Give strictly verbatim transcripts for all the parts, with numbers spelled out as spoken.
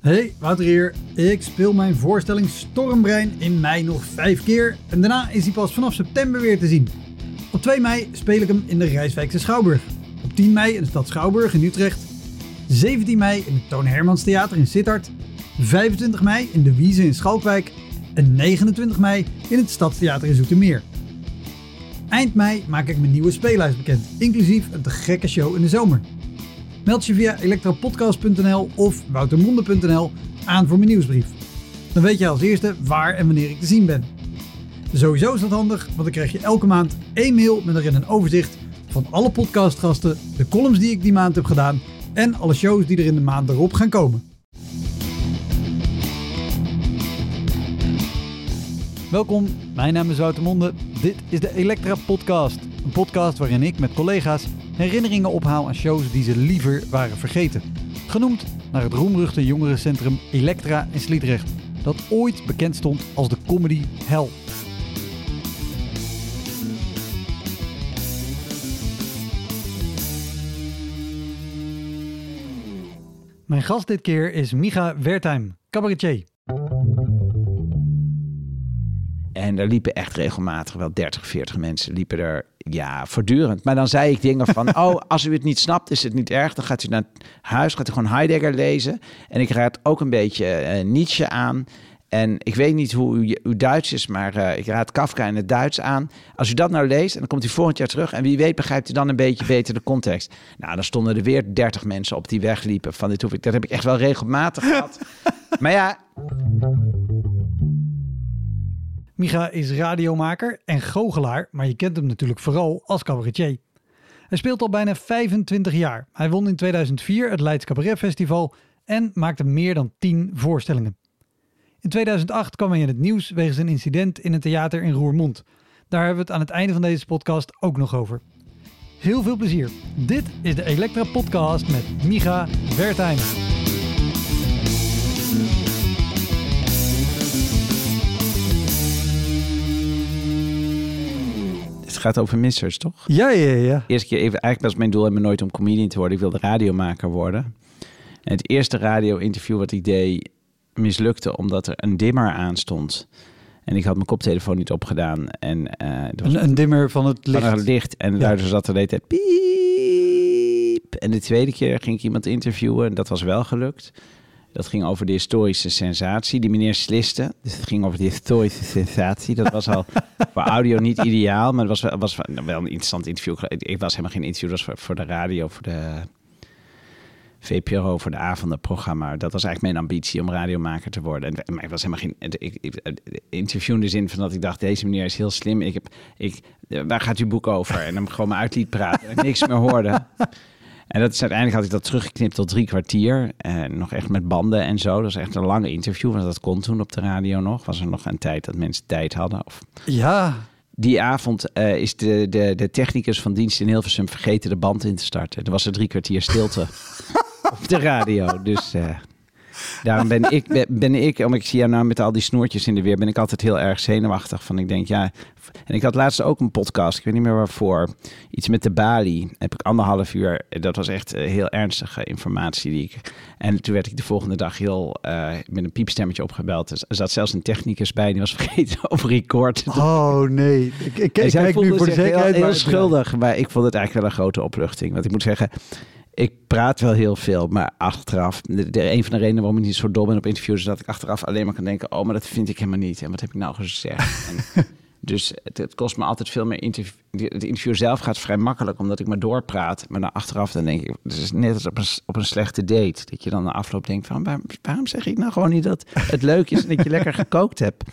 Hey, Wouter hier. Ik speel mijn voorstelling Stormbrein in mei nog vijf keer en daarna is hij pas vanaf september weer te zien. Op twee mei speel ik hem in de Rijswijkse Schouwburg. Op tien mei in de stad Schouwburg in Utrecht. zeventien mei in het Toon Hermans Theater in Sittard. vijfentwintig mei in de Wieze in Schalkwijk. En negenentwintig mei in het Stadstheater in Zoetermeer. Eind mei maak ik mijn nieuwe speellijst bekend, inclusief een te gekke show in de zomer. Meld je via elektrapodcast punt n l of woutermonde punt n l aan voor mijn nieuwsbrief. Dan weet je als eerste waar en wanneer ik te zien ben. Sowieso is dat handig, want dan krijg je elke maand één mail met erin een overzicht van alle podcastgasten, de columns die ik die maand heb gedaan en alle shows die er in de maand erop gaan komen. Welkom, mijn naam is Wouter Monde. Dit is de Elektra Podcast. Een podcast waarin ik met collega's herinneringen ophaal aan shows die ze liever waren vergeten. Genoemd naar het roemruchte jongerencentrum Elektra in Sliedrecht, dat ooit bekend stond als de comedy hell. Mijn gast dit keer is Micha Wertheim, cabaretier. En er liepen echt regelmatig wel dertig, veertig mensen liepen er, ja, voortdurend. Maar dan zei ik dingen van, oh, als u het niet snapt, is het niet erg. Dan gaat u naar huis, gaat u gewoon Heidegger lezen. En ik raad ook een beetje uh, Nietzsche aan. En ik weet niet hoe u, uw Duits is, maar uh, ik raad Kafka in het Duits aan. Als u dat nou leest, en dan komt u volgend jaar terug. En wie weet begrijpt u dan een beetje beter de context. Nou, dan stonden er weer dertig mensen op die wegliepen. Van dit hoef ik, dat heb ik echt wel regelmatig gehad. Maar ja... Micha is radiomaker en goochelaar, maar je kent hem natuurlijk vooral als cabaretier. Hij speelt al bijna vijfentwintig jaar. Hij won in tweeduizend vier het Leids Cabaret Festival en maakte meer dan tien voorstellingen. In tweeduizend acht kwam hij in het nieuws wegens een incident in een theater in Roermond. Daar hebben we het aan het einde van deze podcast ook nog over. Heel veel plezier. Dit is de Elektra Podcast met Micha Wertheim. Het gaat over missers, toch? Ja, ja, ja. Eerste keer even, eigenlijk was mijn doel helemaal nooit om comedian te worden. Ik wilde radiomaker worden. En het eerste radio-interview wat ik deed mislukte omdat er een dimmer aan stond. En ik had mijn koptelefoon niet opgedaan. En, uh, was een, een dimmer van het licht. Van het licht. En daardoor zat er de hele tijd piep. En de tweede keer ging ik iemand interviewen en dat was wel gelukt. Dat ging over de historische sensatie. Die meneer sliste. Dus het ging over de historische sensatie. Dat was al voor audio niet ideaal. Maar het was, wel, was wel een interessant interview. Ik was helemaal geen interview. Dat was voor, voor de radio, voor de V P R O, voor de avondenprogramma. Dat was eigenlijk mijn ambitie om radiomaker te worden. En, maar ik was helemaal geen ik, ik, interview in de zin van dat ik dacht, deze meneer is heel slim. Ik heb, ik, waar gaat uw boek over? En dan gewoon me uit liet praten. En ik niks meer hoorde. En dat is uiteindelijk had ik dat teruggeknipt tot drie kwartier. En nog echt met banden en zo. Dat was echt een lange interview, want dat kon toen op de radio nog. Was er nog een tijd dat mensen tijd hadden. Of... Ja. Die avond uh, is de, de, de technicus van dienst in Hilversum vergeten de band in te starten. Er was er drie kwartier stilte op de radio. Dus uh, daarom ben ik, ben, ben ik, omdat ik zie jou nou met al die snoertjes in de weer, ben ik altijd heel erg zenuwachtig. Van ik denk, ja... En ik had laatst ook een podcast, ik weet niet meer waarvoor. Iets met de Bali. Heb ik anderhalf uur. Dat was echt uh, heel ernstige informatie die ik. En toen werd ik de volgende dag heel uh, met een piepstemmetje opgebeld. Er zat zelfs een technicus bij, die was vergeten over record. Oh nee, ik, ik, ik kijk nu voor de zekerheid. Heel, heel schuldig, maar ik vond het eigenlijk wel een grote opluchting. Want ik moet zeggen, ik praat wel heel veel, maar achteraf... De, de, een van de redenen waarom ik niet zo dol ben op interviews... is dat ik achteraf alleen maar kan denken... oh, maar dat vind ik helemaal niet. En wat heb ik nou gezegd? En, dus het, het kost me altijd veel meer interview. Het interview zelf gaat vrij makkelijk, omdat ik maar doorpraat. Maar dan achteraf dan denk ik, het is net als op een, op een slechte date. Dat je dan na afloop denkt van, waar, waarom zeg ik nou gewoon niet dat het leuk is en dat je lekker gekookt hebt?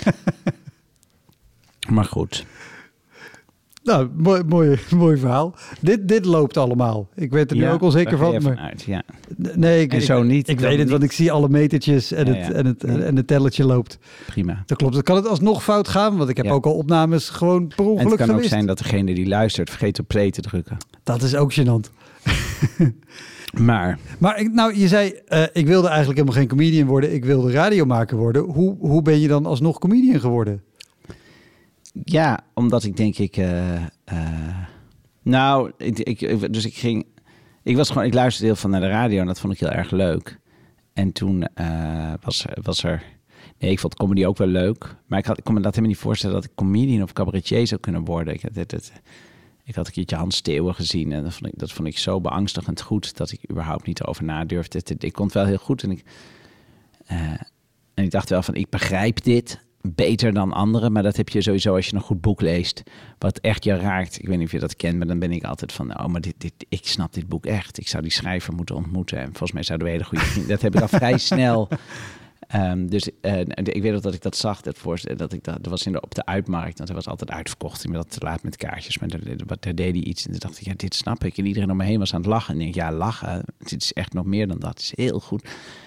Maar goed. Nou, mooi, mooi, mooi verhaal. Dit, dit loopt allemaal. Ik weet er nu ja, ook al zeker van. Maar... Uit, ja. Nee, ik, en zo ik, niet. Ik weet het, niet. want ik zie alle metertjes en, ja, het, ja. En, het, en het telletje loopt. Prima. Dat klopt. Dan kan het alsnog fout gaan, want ik heb ja. ook al opnames gewoon per ongeluk gemist. En het kan gemist. ook zijn dat degene die luistert vergeet op play te drukken. Dat is ook gênant. Maar... Maar ik, nou, je zei, uh, ik wilde eigenlijk helemaal geen comedian worden. Ik wilde radiomaker worden. Hoe, hoe ben je dan alsnog comedian geworden? Ja, omdat ik denk ik... Uh, uh, nou, ik, ik, dus ik ging... Ik was gewoon, ik luisterde heel veel naar de radio en dat vond ik heel erg leuk. En toen uh, was, was er... Nee, ik vond comedy ook wel leuk. Maar ik, had, ik kon me dat helemaal niet voorstellen dat ik comedian of cabaretier zou kunnen worden. Ik, het, het, ik had een keertje Hans Steeuwen gezien. En dat vond, ik, dat vond ik zo beangstigend goed dat ik überhaupt niet over na durfde. Het, het, ik kon het wel heel goed. En ik, uh, en ik dacht wel van, ik begrijp dit beter dan anderen. Maar dat heb je sowieso als je een goed boek leest. Wat echt je raakt. Ik weet niet of je dat kent, maar dan ben ik altijd van... Oh, maar dit, dit, ik snap dit boek echt. Ik zou die schrijver moeten ontmoeten. En volgens mij zouden we hele goede vrienden... Dat heb ik al vrij snel... Um, dus uh, ik weet nog dat ik dat zag, dat, voorstel, dat ik dat, dat was in de, op de uitmarkt, want hij was altijd uitverkocht. Ik ben dat te laat met kaartjes, maar daar, daar deed hij iets. En toen dacht ik, ja, dit snap ik. En iedereen om me heen was aan het lachen. En ik denk, ja, lachen, dit is echt nog meer dan dat. Het is heel goed.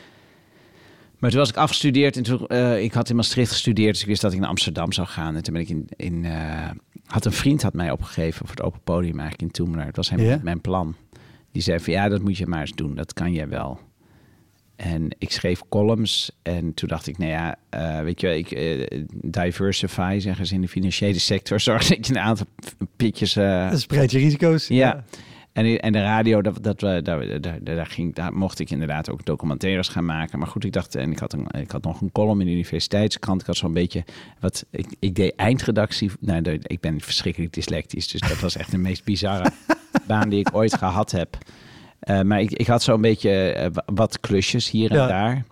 Maar toen was ik afgestudeerd en toen, uh, ik had in Maastricht gestudeerd, dus ik wist dat ik naar Amsterdam zou gaan. En toen ben ik in, in uh, had een vriend had mij opgegeven voor het open podium eigenlijk in Toemler. Het was helemaal yeah. mijn plan. Die zei van, ja, dat moet je maar eens doen, dat kan jij wel. En ik schreef columns en toen dacht ik, nou ja, uh, weet je, ik uh, diversify, zeggen ze in de financiële sector, zorg dat je een aantal pitjes... Uh, dat spreid je risico's. Ja, ja. En, en de radio, dat, dat, daar, daar, daar, daar, ging, daar mocht ik inderdaad ook documentaires gaan maken. Maar goed, ik dacht, en ik had, een, ik had nog een column in de universiteitskrant. Ik had zo'n beetje, wat ik, ik deed eindredactie. Nou, de, ik ben verschrikkelijk dyslectisch, dus dat was echt de meest bizarre baan die ik ooit gehad heb. Uh, maar ik, ik had zo'n beetje uh, wat klusjes hier en ja. daar.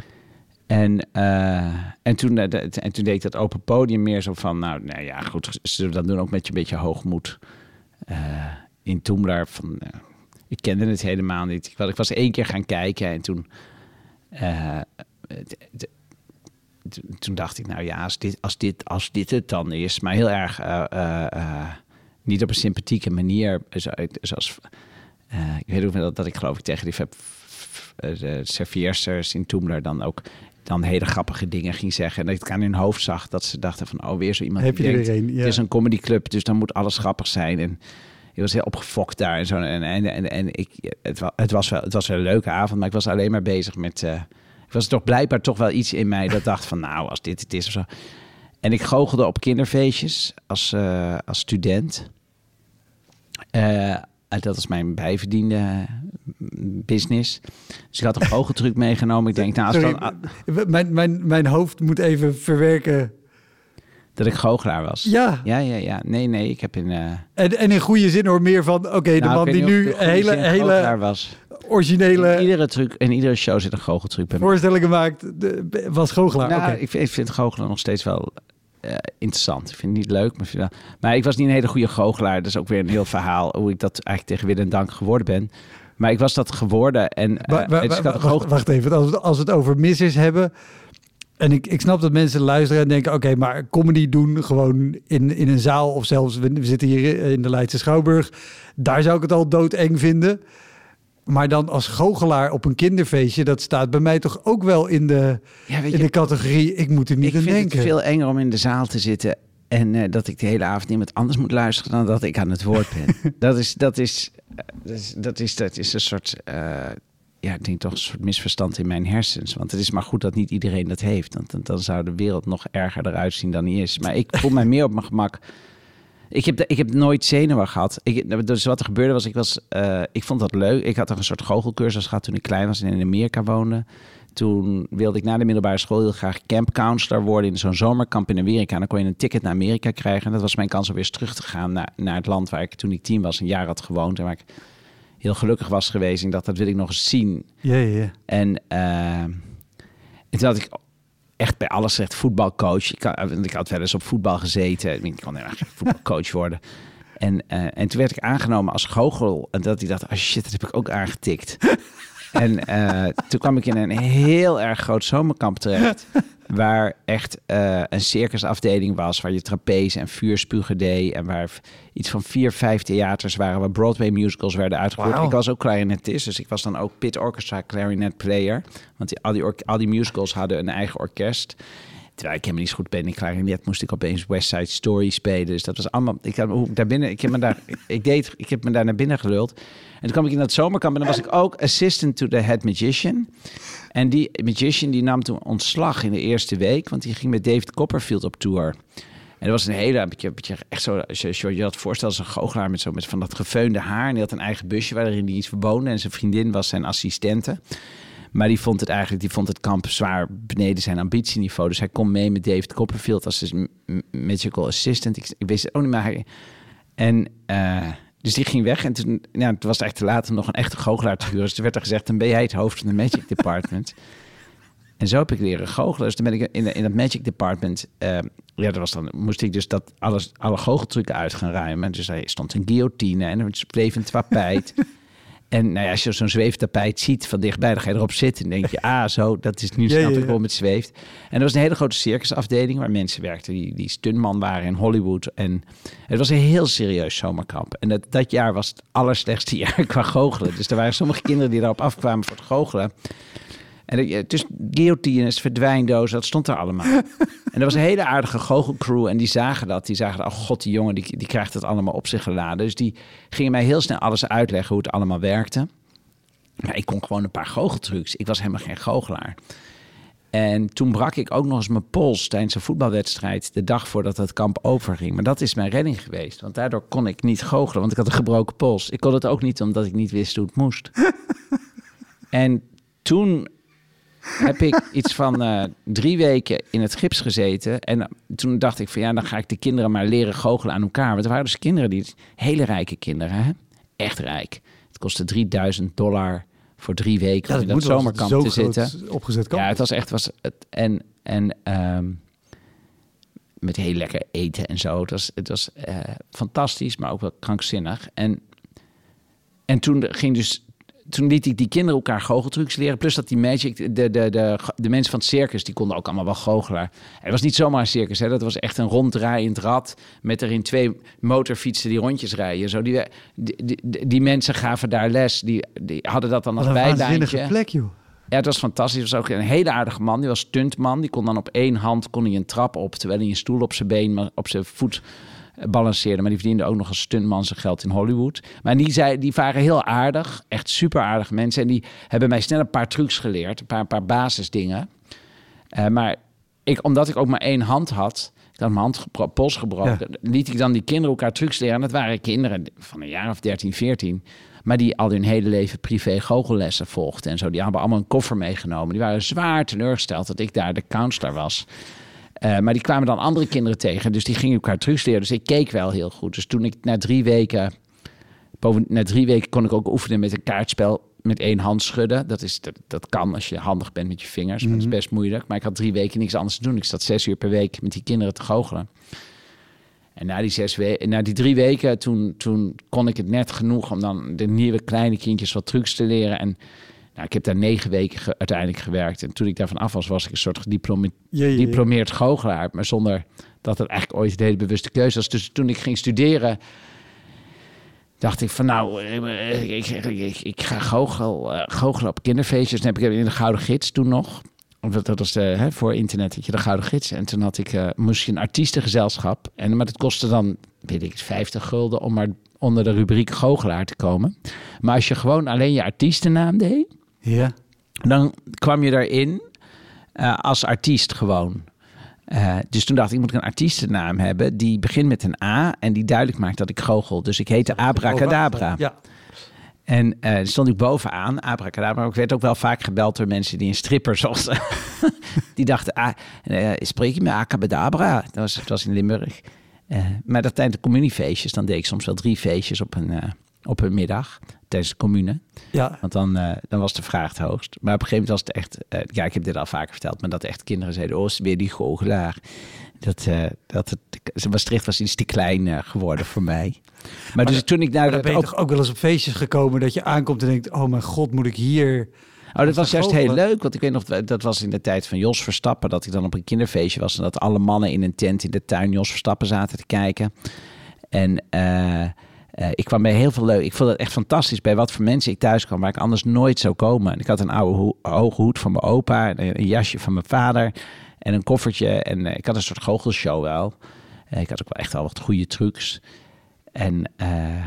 En, uh, en, toen, uh, de, en toen deed ik dat open podium meer zo van... Nou, nou ja, goed, zullen we dat doen ook met je een beetje hoogmoed. Uh, in Toemler van... Uh, ik kende het helemaal niet. Ik was, ik was één keer gaan kijken en toen... Uh, d, d, d, toen dacht ik, nou ja, als dit, als dit, als dit het dan is... Maar heel erg... Uh, uh, uh, niet op een sympathieke manier, zoals... Uh, ik weet ook dat, dat ik geloof ik tegen die uh, de serveersters in Toemler dan ook dan hele grappige dingen ging zeggen. En dat ik het aan hun hoofd zag dat ze dachten van, oh, weer zo iemand Heb die je denkt, er een, ja. Het is een comedyclub, dus dan moet alles grappig zijn. En ik was heel opgefokt daar en zo. En, en, en, en ik, het, was, het, was wel, het was wel een leuke avond, maar ik was alleen maar bezig met... Uh, ik was toch blijkbaar toch wel iets in mij dat dacht van, nou, als dit het is of zo. En ik goochelde op kinderfeestjes als, uh, als student. Uh, Dat was mijn bijverdiende business. Dus ik had een goocheltruc meegenomen. Ik denk, nou, als Sorry, dan, mijn, mijn, mijn hoofd moet even verwerken. Dat ik goochelaar was. Ja. Ja, ja, ja. Nee, nee, ik heb in... Uh... En, en in goede zin hoor, meer van... Oké, okay, nou, de man die nu een hele, hele was. originele... In iedere, truc, in iedere show zit een goocheltruc bij voorstellingen maakt, de, was goochelaar. Nou, okay. ik, vind, ik vind goochelen nog steeds wel... Uh, interessant. Ik vind het niet leuk, maar, wel... maar ik was niet een hele goede goochelaar. Dat is ook weer een heel verhaal hoe ik dat eigenlijk tegen wil en dank geworden ben. Maar ik was dat geworden. En, uh, wa- wa- wa- wa- wacht, wacht even, als we, als we het over missers hebben... En ik, ik snap dat mensen luisteren en denken... oké, okay, maar comedy doen gewoon in, in een zaal... of zelfs, we, we zitten hier in de Leidse Schouwburg... daar zou ik het al doodeng vinden... Maar dan als goochelaar op een kinderfeestje... dat staat bij mij toch ook wel in de, ja, in je, de categorie... ik moet er niet aan denken. Ik vind het veel enger om in de zaal te zitten... en uh, dat ik de hele avond iemand anders moet luisteren... dan dat ik aan het woord ben. dat, is, dat, is, dat, is, dat, is, dat is een soort... Uh, ja, ik denk toch een soort misverstand in mijn hersens. Want het is maar goed dat niet iedereen dat heeft. Want dan, dan zou de wereld nog erger eruit zien dan die is. Maar ik voel mij meer op mijn gemak... Ik heb, de, ik heb nooit zenuwen gehad. Ik, dus wat er gebeurde was, ik was, uh, ik vond dat leuk. Ik had een soort goochelcursus gehad toen ik klein was en in Amerika woonde. Toen wilde ik na de middelbare school heel graag campcounselor worden in zo'n zomerkamp in Amerika. En dan kon je een ticket naar Amerika krijgen. En dat was mijn kans om weer eens terug te gaan naar, naar het land waar ik toen ik tien was, een jaar had gewoond. En waar ik heel gelukkig was geweest. En ik dacht, dat wil ik nog eens zien. Ja, yeah, ja. En, uh, en toen had ik... echt bij alles zegt voetbalcoach. Ik, had, ik had wel eens op voetbal gezeten. Ik kon helemaal geen voetbalcoach worden. En, uh, en toen werd ik aangenomen als goochel. En dat ik dacht, oh shit, dat heb ik ook aangetikt. En uh, toen kwam ik in een heel erg groot zomerkamp terecht. Waar echt uh, een circusafdeling was. Waar je trapeze en vuurspugen deed. En waar iets van vier, vijf theaters waren. Waar Broadway musicals werden uitgevoerd. Wow. Ik was ook clarinetist. Dus ik was dan ook pit orchestra clarinet player. Want die, al, die or- al die musicals hadden een eigen orkest. Terwijl ik helemaal niet zo goed ben in klarinet, moest ik opeens West Side Story spelen. Dus dat was allemaal... Ik had, hoe, daar binnen, ik, heb me daar, ik, deed, ik heb me daar naar binnen geluld. En toen kwam ik in dat zomerkamp en dan was ik ook assistant to the head magician. En die magician die nam toen ontslag in de eerste week, want die ging met David Copperfield op tour. En dat was een hele, een beetje, een beetje echt zo, als je, als je je dat voorstelt, als een goochelaar met, zo, met van dat gefeunde haar. En die had een eigen busje waarin hij iets verboden en zijn vriendin was zijn assistente. Maar die vond het eigenlijk, die vond het kamp zwaar beneden zijn ambitieniveau. Dus hij kon mee met David Copperfield als dus magical assistant. Ik, ik wist het ook niet meer. En uh, dus die ging weg. En toen, ja, het was echt te laat om nog een echte goochelaar te huren. Dus er werd er gezegd, dan ben jij het hoofd van de Magic Department. En zo heb ik leren goochelen. Dus toen ben ik in, de, in dat Magic Department... Uh, ja, dat was dan, moest ik dus dat alles, alle goocheltrucken uit gaan ruimen. Dus er stond een guillotine en een zwevend tapijt. En nou ja, als je zo'n zweeftapijt ziet van dichtbij, dan ga je erop zitten en denk je, ah, zo, dat is nu snap ja, ja, ja. ik waarom het zweeft. En er was een hele grote circusafdeling waar mensen werkten die, die stuntman waren in Hollywood. En het was een heel serieus zomerkamp. En dat, dat jaar was het allerslechtste jaar qua goochelen. Dus er waren sommige kinderen die daarop afkwamen voor het goochelen. En dus guillotines, verdwijndozen, dat stond er allemaal. En er was een hele aardige goochelcrew en die zagen dat. Die zagen, oh god, die jongen die, die krijgt het allemaal op zich geladen. Dus die gingen mij heel snel alles uitleggen hoe het allemaal werkte. Maar ik kon gewoon een paar goocheltrucs. Ik was helemaal geen goochelaar. En toen brak ik ook nog eens mijn pols tijdens een voetbalwedstrijd de dag voordat het kamp overging. Maar dat is mijn redding geweest, want daardoor kon ik niet goochelen, want ik had een gebroken pols. Ik kon het ook niet omdat ik niet wist hoe het moest. En toen heb ik iets van uh, drie weken in het gips gezeten. En uh, toen dacht ik van ja, dan ga ik de kinderen maar leren goochelen aan elkaar. Want er waren dus kinderen, die hele rijke kinderen, hè? Echt rijk. Het kostte drieduizend dollar voor drie weken ja, om in dat zomerkamp zo te zitten. Opgezet kamp. Ja, het was echt, was het, en, en um, met heel lekker eten en zo. Het was, het was uh, fantastisch, maar ook wel krankzinnig. En, en toen ging dus... Toen liet ik die kinderen elkaar goocheltrucs leren. Plus dat die magic, de, de, de, de mensen van het circus, die konden ook allemaal wel goochelen. Het was niet zomaar een circus, hè. Dat was echt een ronddraaiend rad met erin twee motorfietsen die rondjes rijden. Zo, die, die, die, die mensen gaven daar les. Die, die hadden dat dan als bijbaantje. Wat een waanzinnige plek, joh. Ja, het was fantastisch. Het was ook een hele aardige man. Die was stuntman. Die kon dan op één hand kon hij een trap op, terwijl hij een stoel op zijn been, op zijn voet balanceerde. Maar die verdiende ook nog als stuntman zijn geld in Hollywood. Maar die, zei, die waren heel aardig. Echt super aardige mensen. En die hebben mij snel een paar trucs geleerd. Een paar, een paar basisdingen. Uh, maar ik, omdat ik ook maar één hand had, ik had mijn hand gebro- pols gebroken, ja. liet ik dan die kinderen elkaar trucs leren. En dat waren kinderen van een jaar of dertien, veertien. Maar die al hun hele leven privé goochelles volgden en zo. Die hebben allemaal een koffer meegenomen. Die waren zwaar teleurgesteld dat ik daar de counselor was. Uh, maar die kwamen dan andere kinderen tegen. Dus die gingen elkaar trucs leren. Dus ik keek wel heel goed. Dus toen ik na drie weken... Boven, na drie weken kon ik ook oefenen met een kaartspel met één hand schudden. Dat, is, dat, dat kan als je handig bent met je vingers. Mm-hmm. Maar dat is best moeilijk. Maar ik had drie weken niks anders te doen. Ik zat zes uur per week met die kinderen te goochelen. En na die, zes we- na die drie weken, toen, toen kon ik het net genoeg om dan de nieuwe kleine kindjes wat trucs te leren. En nou, ik heb daar negen weken ge- uiteindelijk gewerkt. En toen ik daarvan af was, was ik een soort gediplome- ja, ja, ja. gediplomeerd goochelaar. Maar zonder dat het eigenlijk ooit een hele bewuste keuze was. Dus toen ik ging studeren, dacht ik van nou, ik, ik, ik, ik ga goochel, uh, goochelen op kinderfeestjes. Dan heb ik in de Gouden Gids toen nog. Dat was de, hè, voor internet, had je de Gouden Gids. En toen had ik, uh, moest je een artiestengezelschap. En, maar dat kostte dan, weet ik, vijftig gulden om maar onder de rubriek goochelaar te komen. Maar als je gewoon alleen je artiestennaam deed, ja. dan kwam je daarin uh, als artiest gewoon. Uh, dus toen dacht ik, moet ik een artiestennaam hebben die begint met een A en die duidelijk maakt dat ik goochel. Dus ik heette Abracadabra. Ja. En uh, stond ik bovenaan, Abracadabra. Maar ik werd ook wel vaak gebeld door mensen die een stripper zochten. Die dachten, ah, uh, spreek je met Abracadabra? Dat was, dat was in Limburg. Uh, maar dat tijdens de communiefeestjes, dan deed ik soms wel drie feestjes op een, uh, op een middag. Tijdens de commune. Ja. Want dan, uh, dan was de vraag het hoogst. Maar op een gegeven moment was het echt... Uh, ja, ik heb dit al vaker verteld. Maar dat echt kinderen zeiden... Oh, weer die goochelaar. Dat, uh, dat het, Maastricht was iets te klein uh, geworden voor mij. Maar, maar dus toen ik naar... Dan ben je ook, toch ook wel eens op feestjes gekomen... dat je aankomt en denkt... Oh mijn god, moet ik hier... Oh, dat was juist heel leuk. Want ik weet nog... Dat was in de tijd van Jos Verstappen... dat ik dan op een kinderfeestje was... en dat alle mannen in een tent in de tuin... Jos Verstappen zaten te kijken. En... Uh, Uh, ik kwam bij heel veel leuk. Ik vond het echt fantastisch bij wat voor mensen ik thuis kwam, waar ik anders nooit zou komen. En ik had een oude ho- hoge hoed van mijn opa, een, een jasje van mijn vader en een koffertje. En uh, ik had een soort goochelshow wel. Uh, ik had ook wel echt al wat goede trucs. En uh,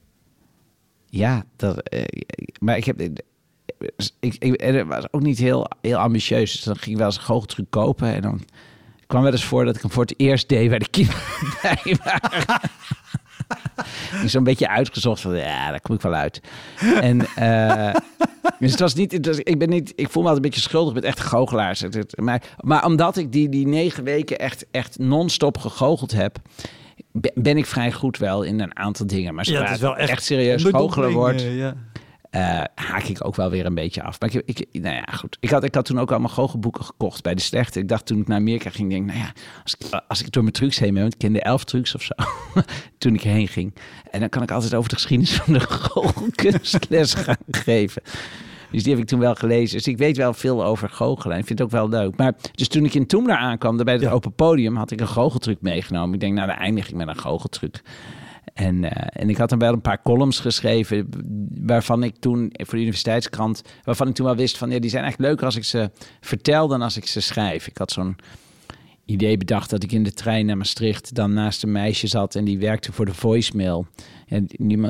ja, dat, uh, maar ik heb... Ik, ik, het was ook niet heel, heel ambitieus. Dus dan ging ik wel eens een goocheltruc kopen. En dan kwam wel eens voor dat ik hem voor het eerst deed bij de kinderen bij waren. Die zo'n beetje uitgezocht van, ja, daar kom ik wel uit. En uh, dus het was niet, het was, ik ben niet, ik voel me altijd een beetje schuldig met echte goochelaars. Maar, maar omdat ik die, die negen weken echt, echt non-stop gegoocheld heb, ben ik vrij goed wel in een aantal dingen. Maar zodra ja, het is wel echt, echt serieus goochelen wordt, uh, ja. uh, haak ik ook wel weer een beetje af. Maar ik, ik, nou ja, goed. Ik had, ik had toen ook allemaal goochelboeken gekocht bij de Slechte. Ik dacht toen ik naar Amerika ging, denk nou ja, als ik, als ik door mijn trucs heen ben, want ik kende elf trucs of zo, toen ik heen ging. En dan kan ik altijd over de geschiedenis van de goochelkunstles gaan geven. Dus die heb ik toen wel gelezen. Dus ik weet wel veel over goochelen. Ik vind het ook wel leuk. Maar dus toen ik in Toemler aankwam, bij het ja. open podium, had ik een goocheltruc meegenomen. Ik denk, nou, dan eindig ik met een goocheltruc. En, uh, en ik had dan wel een paar columns geschreven, waarvan ik toen, voor de universiteitskrant, waarvan ik toen wel wist van, ja, die zijn echt leuker als ik ze vertel dan als ik ze schrijf. Ik had zo'n idee bedacht dat ik in de trein naar Maastricht dan naast een meisje zat en die werkte voor de voicemail. En niemand,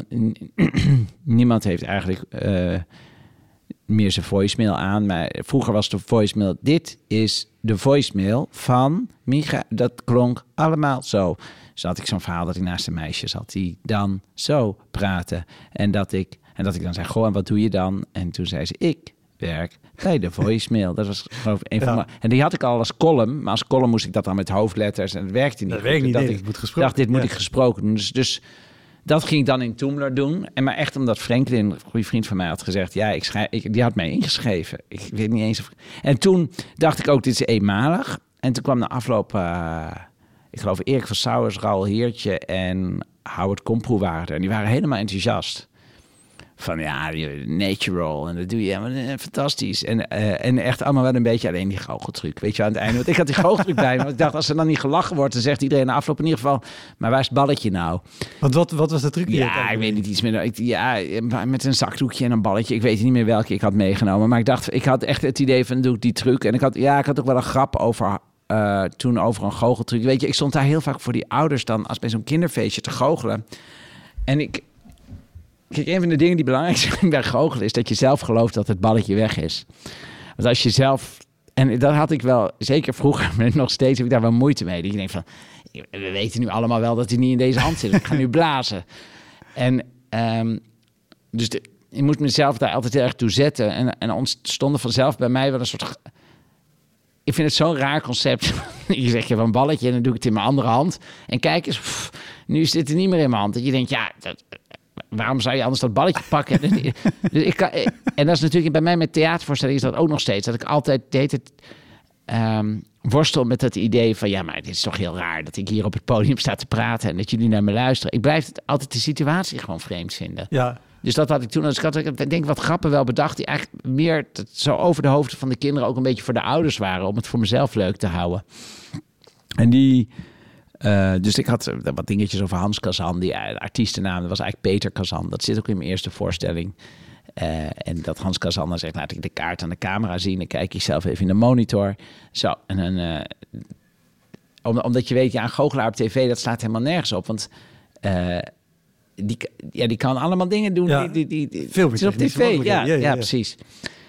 niemand heeft eigenlijk Uh, meer zijn voicemail aan. Maar vroeger was de voicemail, dit is de voicemail van Micha. Dat klonk allemaal zo. Dus had ik zo'n verhaal dat ik naast een meisje zat die dan zo praatte. En dat ik, en dat ik dan zei, goh, en wat doe je dan? En toen zei ze, ik werk bij de voicemail. Dat was gewoon een van ja. mijn... En die had ik al als column, maar als column moest ik dat dan met hoofdletters en het werkte niet. Dat werkt niet, dat nee, ik dat moet gesproken. dacht, dit moet ja. ik gesproken doen. Dus... dus dat ging ik dan in Toemler doen. En maar echt omdat Franklin, een goede vriend van mij, had gezegd, ja, ik schrijf, ik, die had mij ingeschreven. Ik weet niet eens of... En toen dacht ik ook, dit is eenmalig. En toen kwam de afloop, uh, ik geloof Erik van Sauers, Raoul Heertje en Howard Komproe waren er. En die waren helemaal enthousiast. Van ja, natural en dat doe je helemaal fantastisch. En, uh, en echt allemaal wel een beetje alleen die goocheltruc. Weet je, aan het einde. Want ik had die goocheltruc bij me. Want ik dacht, als er dan niet gelachen wordt, dan zegt iedereen na afloop in ieder geval, maar waar is het balletje nou? Want wat, wat was de truc? Die ja, ik weet niet iets meer. Ik, ja, met een zakdoekje en een balletje. Ik weet niet meer welke ik had meegenomen. Maar ik dacht, ik had echt het idee van, doe ik die truc. En ik had, ja, ik had ook wel een grap over, uh, toen over een goocheltruc. Weet je, ik stond daar heel vaak voor die ouders dan, als bij zo'n kinderfeestje te goochelen. En ik... Kijk, een van de dingen die belangrijk zijn bij goochelen is dat je zelf gelooft dat het balletje weg is. Want als je zelf... En dat had ik wel, zeker vroeger, maar nog steeds heb ik daar wel moeite mee. Dat je denkt van, we weten nu allemaal wel dat hij niet in deze hand zit. Ik ga nu blazen. En um, dus de, ik moest mezelf daar altijd heel erg toe zetten. En, en ontstonden vanzelf bij mij wel een soort... Ik vind het zo'n raar concept. Je zegt, je hebt een balletje en dan doe ik het in mijn andere hand. En kijk eens, pff, nu is dit er niet meer in mijn hand. Dat je denkt, ja... Dat, waarom zou je anders dat balletje pakken? Dus ik kan, en dat is natuurlijk bij mij met theatervoorstellingen is dat ook nog steeds. Dat ik altijd deed het um, worstel met het idee van, ja, maar dit is toch heel raar dat ik hier op het podium sta te praten en dat jullie naar me luisteren. Ik blijf het altijd de situatie gewoon vreemd vinden. Ja. Dus dat had ik toen, als ik had, ik denk wat grappen wel bedacht die eigenlijk meer zo over de hoofden van de kinderen ook een beetje voor de ouders waren om het voor mezelf leuk te houden. En die... Uh, dus ik had uh, wat dingetjes over Hans Kazan, die uh, artiestennaam, dat was eigenlijk Peter Kazan. Dat zit ook in mijn eerste voorstelling. Uh, en dat Hans Kazan dan zegt, laat ik de kaart aan de camera zien. Dan kijk je zelf even in de monitor. Zo, en dan... Uh, om, omdat je weet, ja, een goochelaar op tv, dat slaat helemaal nergens op. Want uh, die, ja, die kan allemaal dingen doen. Ja, die, die, die, veel die, op tv, ja, ja, ja, ja, precies.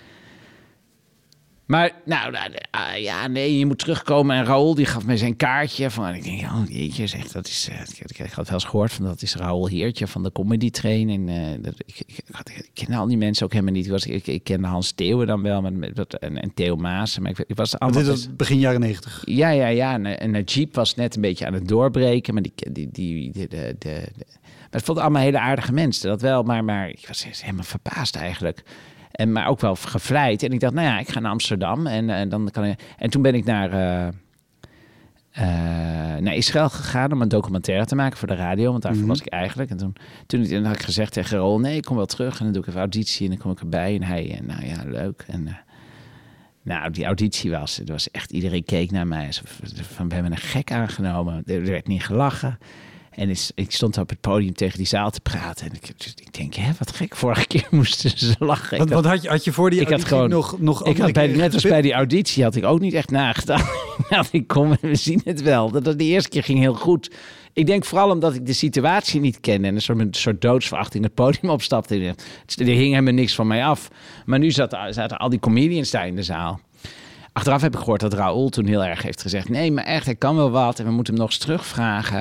Maar, nou, uh, ja, nee, je moet terugkomen. En Raoul, die gaf mij zijn kaartje. Van, ik denk, oh, jeetje, zeg, dat is... Uh, ik, ik had wel eens gehoord van, dat is Raoul Heertje van de Comedy Train. En, uh, dat, ik, ik, ik, ik ken al die mensen ook helemaal niet. Ik, was, ik, ik kende Hans Theeuwen dan wel, met, met, en, en Theo Maassen. Maar ik, ik was allemaal... Dit was begin jaren negentig. Ja, ja, ja. En, en Najib was net een beetje aan het doorbreken. Maar die... die, die de, de, de, de, maar het vonden allemaal hele aardige mensen. Dat wel, maar, maar ik was helemaal verbaasd eigenlijk. En, maar ook wel gevleid. En ik dacht, nou ja, ik ga naar Amsterdam. En, en, dan kan ik, en toen ben ik naar, uh, uh, naar Israël gegaan om een documentaire te maken voor de radio. Want daarvoor mm-hmm. was ik eigenlijk. En toen, toen, toen had ik gezegd tegen Raoul, nee, ik kom wel terug. En dan doe ik even auditie en dan kom ik erbij. En hij, en, nou ja, leuk. En uh, nou, die auditie was, het was echt, iedereen keek naar mij. Van, we hebben een gek aangenomen. Er werd niet gelachen. En ik stond op het podium tegen die zaal te praten. En ik, ik denk, hè, wat gek. Vorige keer moesten ze lachen. Wat, wat had, je, had je voor die ik auditie had gewoon, nog, nog ik had bij, net als bij die auditie had ik ook niet echt nagedacht. Nou, ik kom en we zien het wel. Dat, dat de eerste keer ging heel goed. Ik denk vooral omdat ik de situatie niet kende. En een soort, een soort doodsverachting het podium opstapte. Er hing helemaal niks van mij af. Maar nu zaten, zaten al die comedians daar in de zaal. Achteraf heb ik gehoord dat Raoul toen heel erg heeft gezegd, nee, maar echt, hij kan wel wat. En we moeten hem nog eens terugvragen.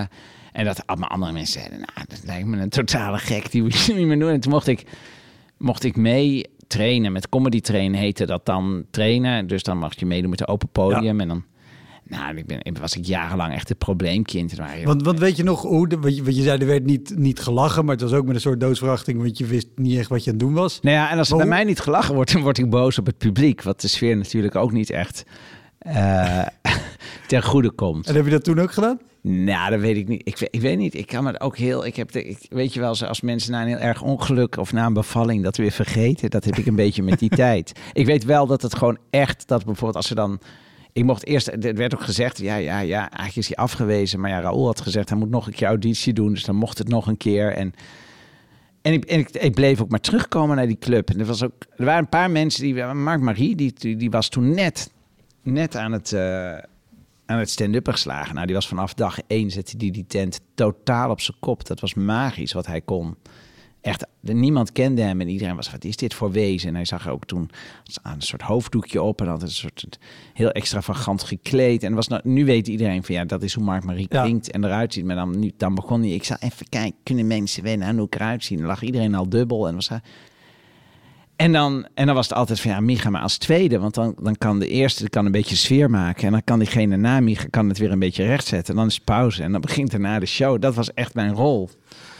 En dat allemaal andere mensen zeiden, nou, dat lijkt me een totale gek, die moet je niet meer doen. En toen mocht ik, mocht ik mee trainen, met comedy trainen heette dat dan trainen. Dus dan mag je meedoen met de open podium. Ja. En dan, nou, ik ben, was ik jarenlang echt het probleemkind. Want, want weet je nog hoe, de, wat, je, wat je zei, er werd niet, niet gelachen, maar het was ook met een soort doodsverachting, want je wist niet echt wat je aan het doen was. Nou ja, en als er bij mij niet gelachen wordt, dan word ik boos op het publiek, wat de sfeer natuurlijk ook niet echt uh, ten goede komt. En heb je dat toen ook gedaan? Nou, dat weet ik niet. Ik weet, ik weet niet. Ik kan me ook heel. Ik heb de, ik, weet je wel, als mensen na een heel erg ongeluk of na een bevalling dat weer vergeten, dat heb ik een beetje met die tijd. Ik weet wel dat het gewoon echt, dat bijvoorbeeld als ze dan. Ik mocht eerst, er werd ook gezegd, ja, ja, ja, eigenlijk is hij afgewezen. Maar ja, Raoul had gezegd, hij moet nog een keer auditie doen. Dus dan mocht het nog een keer. En, en, ik, en ik, ik bleef ook maar terugkomen naar die club. En er, was ook, er waren een paar mensen, die, Mark Marie, die, die, die was toen net, net aan het, uh, aan het stand-up geslagen. Nou, die was vanaf dag één, zette die die tent totaal op zijn kop. Dat was magisch wat hij kon. Echt, niemand kende hem en iedereen was, wat is dit voor wezen? En hij zag er ook toen een soort hoofddoekje op en had een soort heel extravagant gekleed. En was nou, nu weet iedereen van, ja, dat is hoe Mark Marie klinkt ja. en eruit ziet. Maar dan, nu, dan begon hij, ik zei, even kijken, kunnen mensen wennen aan hoe ik eruit zie? En dan lag iedereen al dubbel en was hij... En dan, en dan was het altijd van, ja, Micha maar als tweede. Want dan, dan kan de eerste die kan een beetje sfeer maken. En dan kan diegene na Micha kan het weer een beetje rechtzetten. En dan is pauze. En dan begint daarna de show. Dat was echt mijn rol.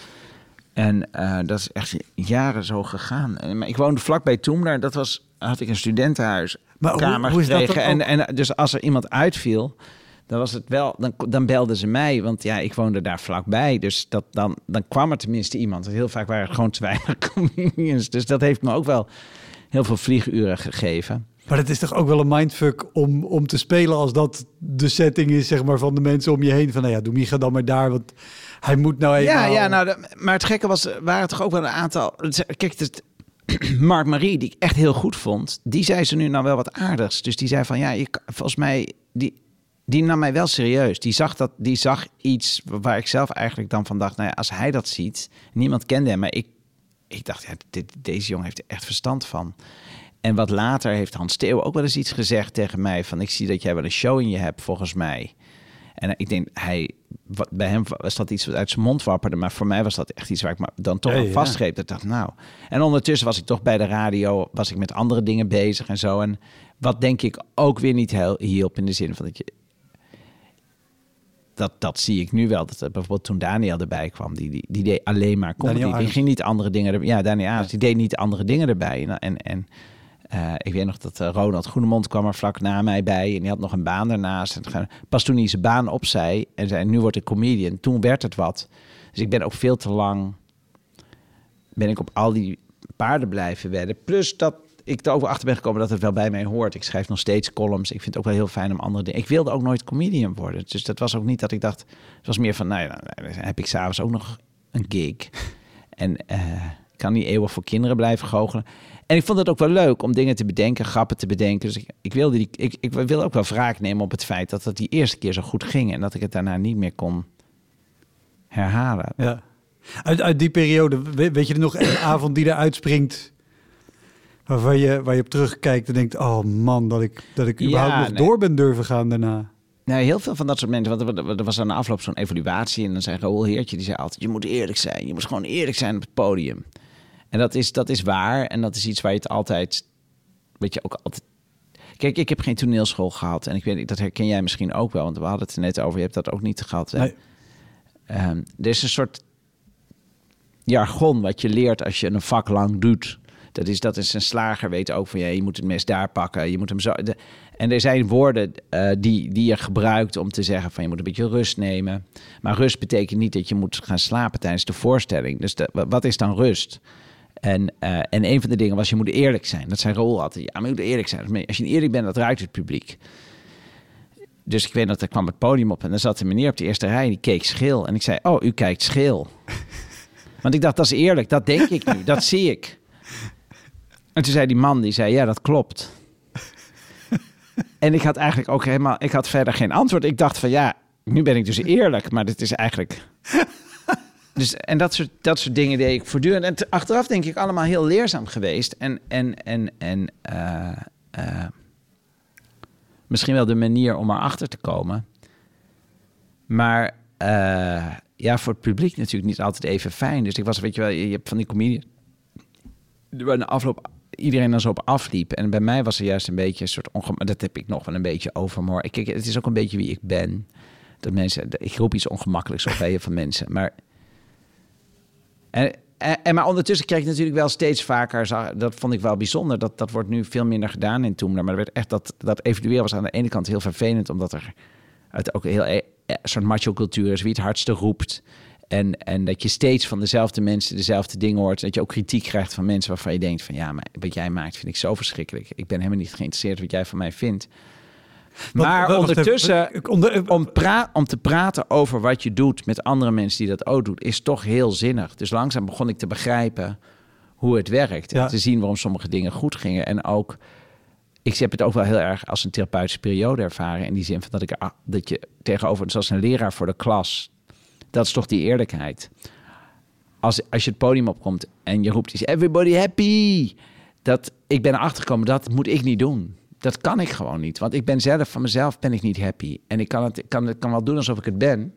En uh, dat is echt jaren zo gegaan. En, maar ik woonde vlakbij Toemler. Dat was, had ik een studentenhuis. Maar kamer hoe, hoe gekregen. is dat en, en dus als er iemand uitviel, dan was het wel, dan, dan belden ze mij. Want ja, ik woonde daar vlakbij. Dus dat, dan, dan kwam er tenminste iemand. Heel vaak waren er gewoon te weinig comedians. Dus dat heeft me ook wel heel veel vlieguren gegeven. Maar het is toch ook wel een mindfuck om, om te spelen als dat de setting is, zeg maar, van de mensen om je heen. Van, nou ja, doe Micha dan maar daar, want hij moet nou even... Ja, ja, nou, de, maar het gekke was, waren toch ook wel een aantal... Kijk, het, Mark Marie, die ik echt heel goed vond, die zei ze nu nou wel wat aardigs. Dus die zei van, ja, je, volgens mij, die, die nam mij wel serieus. Die zag, dat, die zag iets waar ik zelf eigenlijk dan van dacht, nou ja, als hij dat ziet, niemand kende hem, maar ik, ik dacht, ja, dit, deze jongen heeft er echt verstand van. En wat later heeft Hans Theo ook wel eens iets gezegd tegen mij, van ik zie dat jij wel een show in je hebt, volgens mij. En ik denk, hij, wat, bij hem was dat iets wat uit zijn mond wapperde, maar voor mij was dat echt iets waar ik me dan toch ja, aan ja. vastgreep. Dat ik dacht, nou. En ondertussen was ik toch bij de radio, was ik met andere dingen bezig en zo. En wat denk ik ook weer niet heel hielp in de zin van dat je... Dat, dat zie ik nu wel. Dat bijvoorbeeld toen Daniel erbij kwam, die, die, die deed alleen maar comedy. Die ging niet andere dingen erbij. Ja, Daniel Arendt, die deed niet andere dingen erbij. En... en Uh, ik weet nog dat uh, Ronald Groenemond kwam er vlak na mij bij en die had nog een baan daarnaast. En pas toen hij zijn baan opzei en zei, nu word ik comedian, toen werd het wat. Dus ik ben ook veel te lang, ben ik op al die paarden blijven wedden. Plus dat ik er ook wel achter ben gekomen dat het wel bij mij hoort. Ik schrijf nog steeds columns. Ik vind het ook wel heel fijn om andere dingen. Ik wilde ook nooit comedian worden. Dus dat was ook niet dat ik dacht, het was meer van, nou ja, dan heb ik s'avonds ook nog een gig. En uh, ik kan niet eeuwig voor kinderen blijven goochelen. En ik vond het ook wel leuk om dingen te bedenken, grappen te bedenken. Dus ik, ik, wilde die, ik, ik wilde ook wel wraak nemen op het feit dat het die eerste keer zo goed ging. En dat ik het daarna niet meer kon herhalen. Ja. Uit, uit die periode, weet, weet je er nog een avond die eruit springt, waarvan je, waar je op terugkijkt en denkt, oh man, dat ik, dat ik überhaupt ja, nog nee. door ben durven gaan daarna. Nou, heel veel van dat soort mensen. Want er, er was aan de afloop zo'n evaluatie. En dan zei Raoul Heertje, die zei altijd, je moet eerlijk zijn. Je moet gewoon eerlijk zijn op het podium. En dat is, dat is waar. En dat is iets waar je het altijd... Weet je, ook altijd... Kijk, ik heb geen toneelschool gehad. En ik weet, dat herken jij misschien ook wel. Want we hadden het er net over. Je hebt dat ook niet gehad. Nee. Um, er is een soort jargon wat je leert als je een vak lang doet. Dat is, dat is een slager weet ook van, ja, je moet het mes daar pakken. Je moet hem zo... De, en er zijn woorden uh, die, die je gebruikt om te zeggen van, je moet een beetje rust nemen. Maar rust betekent niet dat je moet gaan slapen tijdens de voorstelling. Dus de, wat is dan rust? En, uh, en een van de dingen was, je moet eerlijk zijn. Dat zei Raoul altijd. Ja, maar je moet eerlijk zijn. Als je eerlijk bent, dat ruikt het publiek. Dus ik weet dat er kwam het podium op en dan zat een meneer op de eerste rij en die keek scheel. En ik zei, oh, u kijkt scheel. Want ik dacht, dat is eerlijk. Dat denk ik nu. Dat zie ik. En toen zei die man, die zei, ja, dat klopt. En ik had eigenlijk ook helemaal, ik had verder geen antwoord. Ik dacht van, ja, nu ben ik dus eerlijk. Maar dit is eigenlijk... Dus, en dat soort, dat soort dingen deed ik voortdurend. En te, achteraf denk ik allemaal heel leerzaam geweest. En, en, en, en uh, uh, misschien wel de manier om erachter te komen. Maar uh, ja, voor het publiek natuurlijk niet altijd even fijn. Dus ik was, weet je wel, je hebt van die comedian... waar de afloop iedereen dan zo op afliep. En bij mij was er juist een beetje een soort ongemak. Dat heb ik nog wel een beetje overmorgen. Ik, kijk, het is ook een beetje wie ik ben. Dat mensen, ik roep iets ongemakkelijks op bij je van mensen. Maar... En, en, en maar ondertussen kreeg ik natuurlijk wel steeds vaker... Dat vond ik wel bijzonder. Dat, dat wordt nu veel minder gedaan in Toemler. Maar er werd echt dat, dat evalueren was aan de ene kant heel vervelend... omdat er het ook heel een soort macho-cultuur is... wie het hardste roept. En, en dat je steeds van dezelfde mensen dezelfde dingen hoort. Dat je ook kritiek krijgt van mensen waarvan je denkt... van ja, maar wat jij maakt vind ik zo verschrikkelijk. Ik ben helemaal niet geïnteresseerd wat jij van mij vindt. Maar wat, wat, ondertussen, even, onder, om, pra- om te praten over wat je doet met andere mensen die dat ook doen... is toch heel zinnig. Dus langzaam begon ik te begrijpen hoe het werkt. Ja. En te zien waarom sommige dingen goed gingen. En ook, ik heb het ook wel heel erg als een therapeutische periode ervaren. In die zin van dat, ik, dat je tegenover, zoals een leraar voor de klas... dat is toch die eerlijkheid. Als, als je het podium opkomt en je roept... is everybody happy? Dat, ik ben erachter gekomen, dat moet ik niet doen. Dat kan ik gewoon niet. Want ik ben zelf, van mezelf ben ik niet happy. En ik kan het, ik kan, het kan wel doen alsof ik het ben.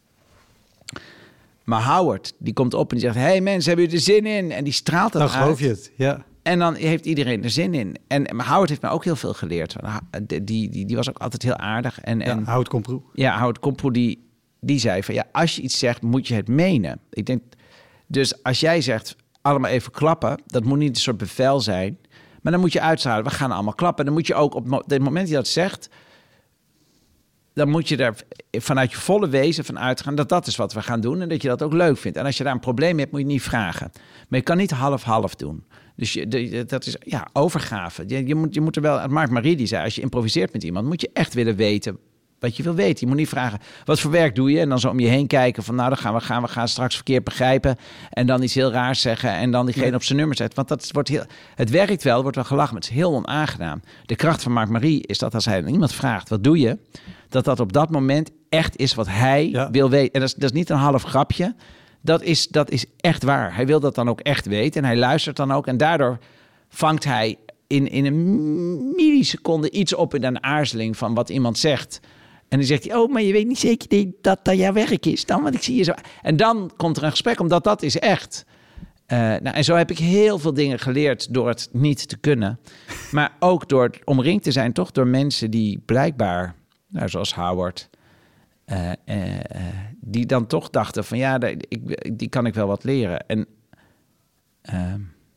Maar Howard, die komt op en die zegt... hey mensen, hebben jullie er zin in? En die straalt dat dan uit. Dan geloof je het, ja. En dan heeft iedereen er zin in. En maar Howard heeft me ook heel veel geleerd. Die, die, die was ook altijd heel aardig. En, en, ja, Howard Komproe. Ja, Howard Komproe, die, die zei van... ja, als je iets zegt, moet je het menen. Ik denk, dus als jij zegt, allemaal even klappen... dat moet niet een soort bevel zijn... Maar dan moet je uitstralen, we gaan allemaal klappen. Dan moet je ook op het moment dat je dat zegt... dan moet je er vanuit je volle wezen van uitgaan... dat dat is wat we gaan doen en dat je dat ook leuk vindt. En als je daar een probleem hebt, moet je niet vragen. Maar je kan niet half-half doen. Dus je, de, dat is, ja, overgave. Je, je, moet, je moet er wel... Mark Marie die zei, als je improviseert met iemand... moet je echt willen weten wat je wil weten. Je moet niet vragen, wat voor werk doe je? En dan zo om je heen kijken van... nou, dan gaan we, gaan we gaan straks verkeerd begrijpen... en dan iets heel raars zeggen... en dan diegene op zijn nummer zetten. Want dat wordt heel... Het werkt wel, wordt wel gelachen, maar het is heel onaangenaam. De kracht van Mark Marie is dat als hij aan iemand vraagt... wat doe je? Dat dat op dat moment echt is wat hij ja. wil weten. En dat is, dat is niet een half grapje. Dat is, dat is echt waar. Hij wil dat dan ook echt weten. En hij luistert dan ook. En daardoor vangt hij in, in een milliseconde iets op... in een aarzeling van wat iemand zegt... En dan zegt hij, oh, maar je weet niet zeker dat dat jouw werk is dan, want ik zie je zo. En dan komt er een gesprek, omdat dat is echt. Uh, nou, en zo heb ik heel veel dingen geleerd door het niet te kunnen. Maar ook door omringd te zijn, toch door mensen die blijkbaar, nou, zoals Howard... Uh, uh, uh, die dan toch dachten van, ja, die, ik, die kan ik wel wat leren. En... Uh,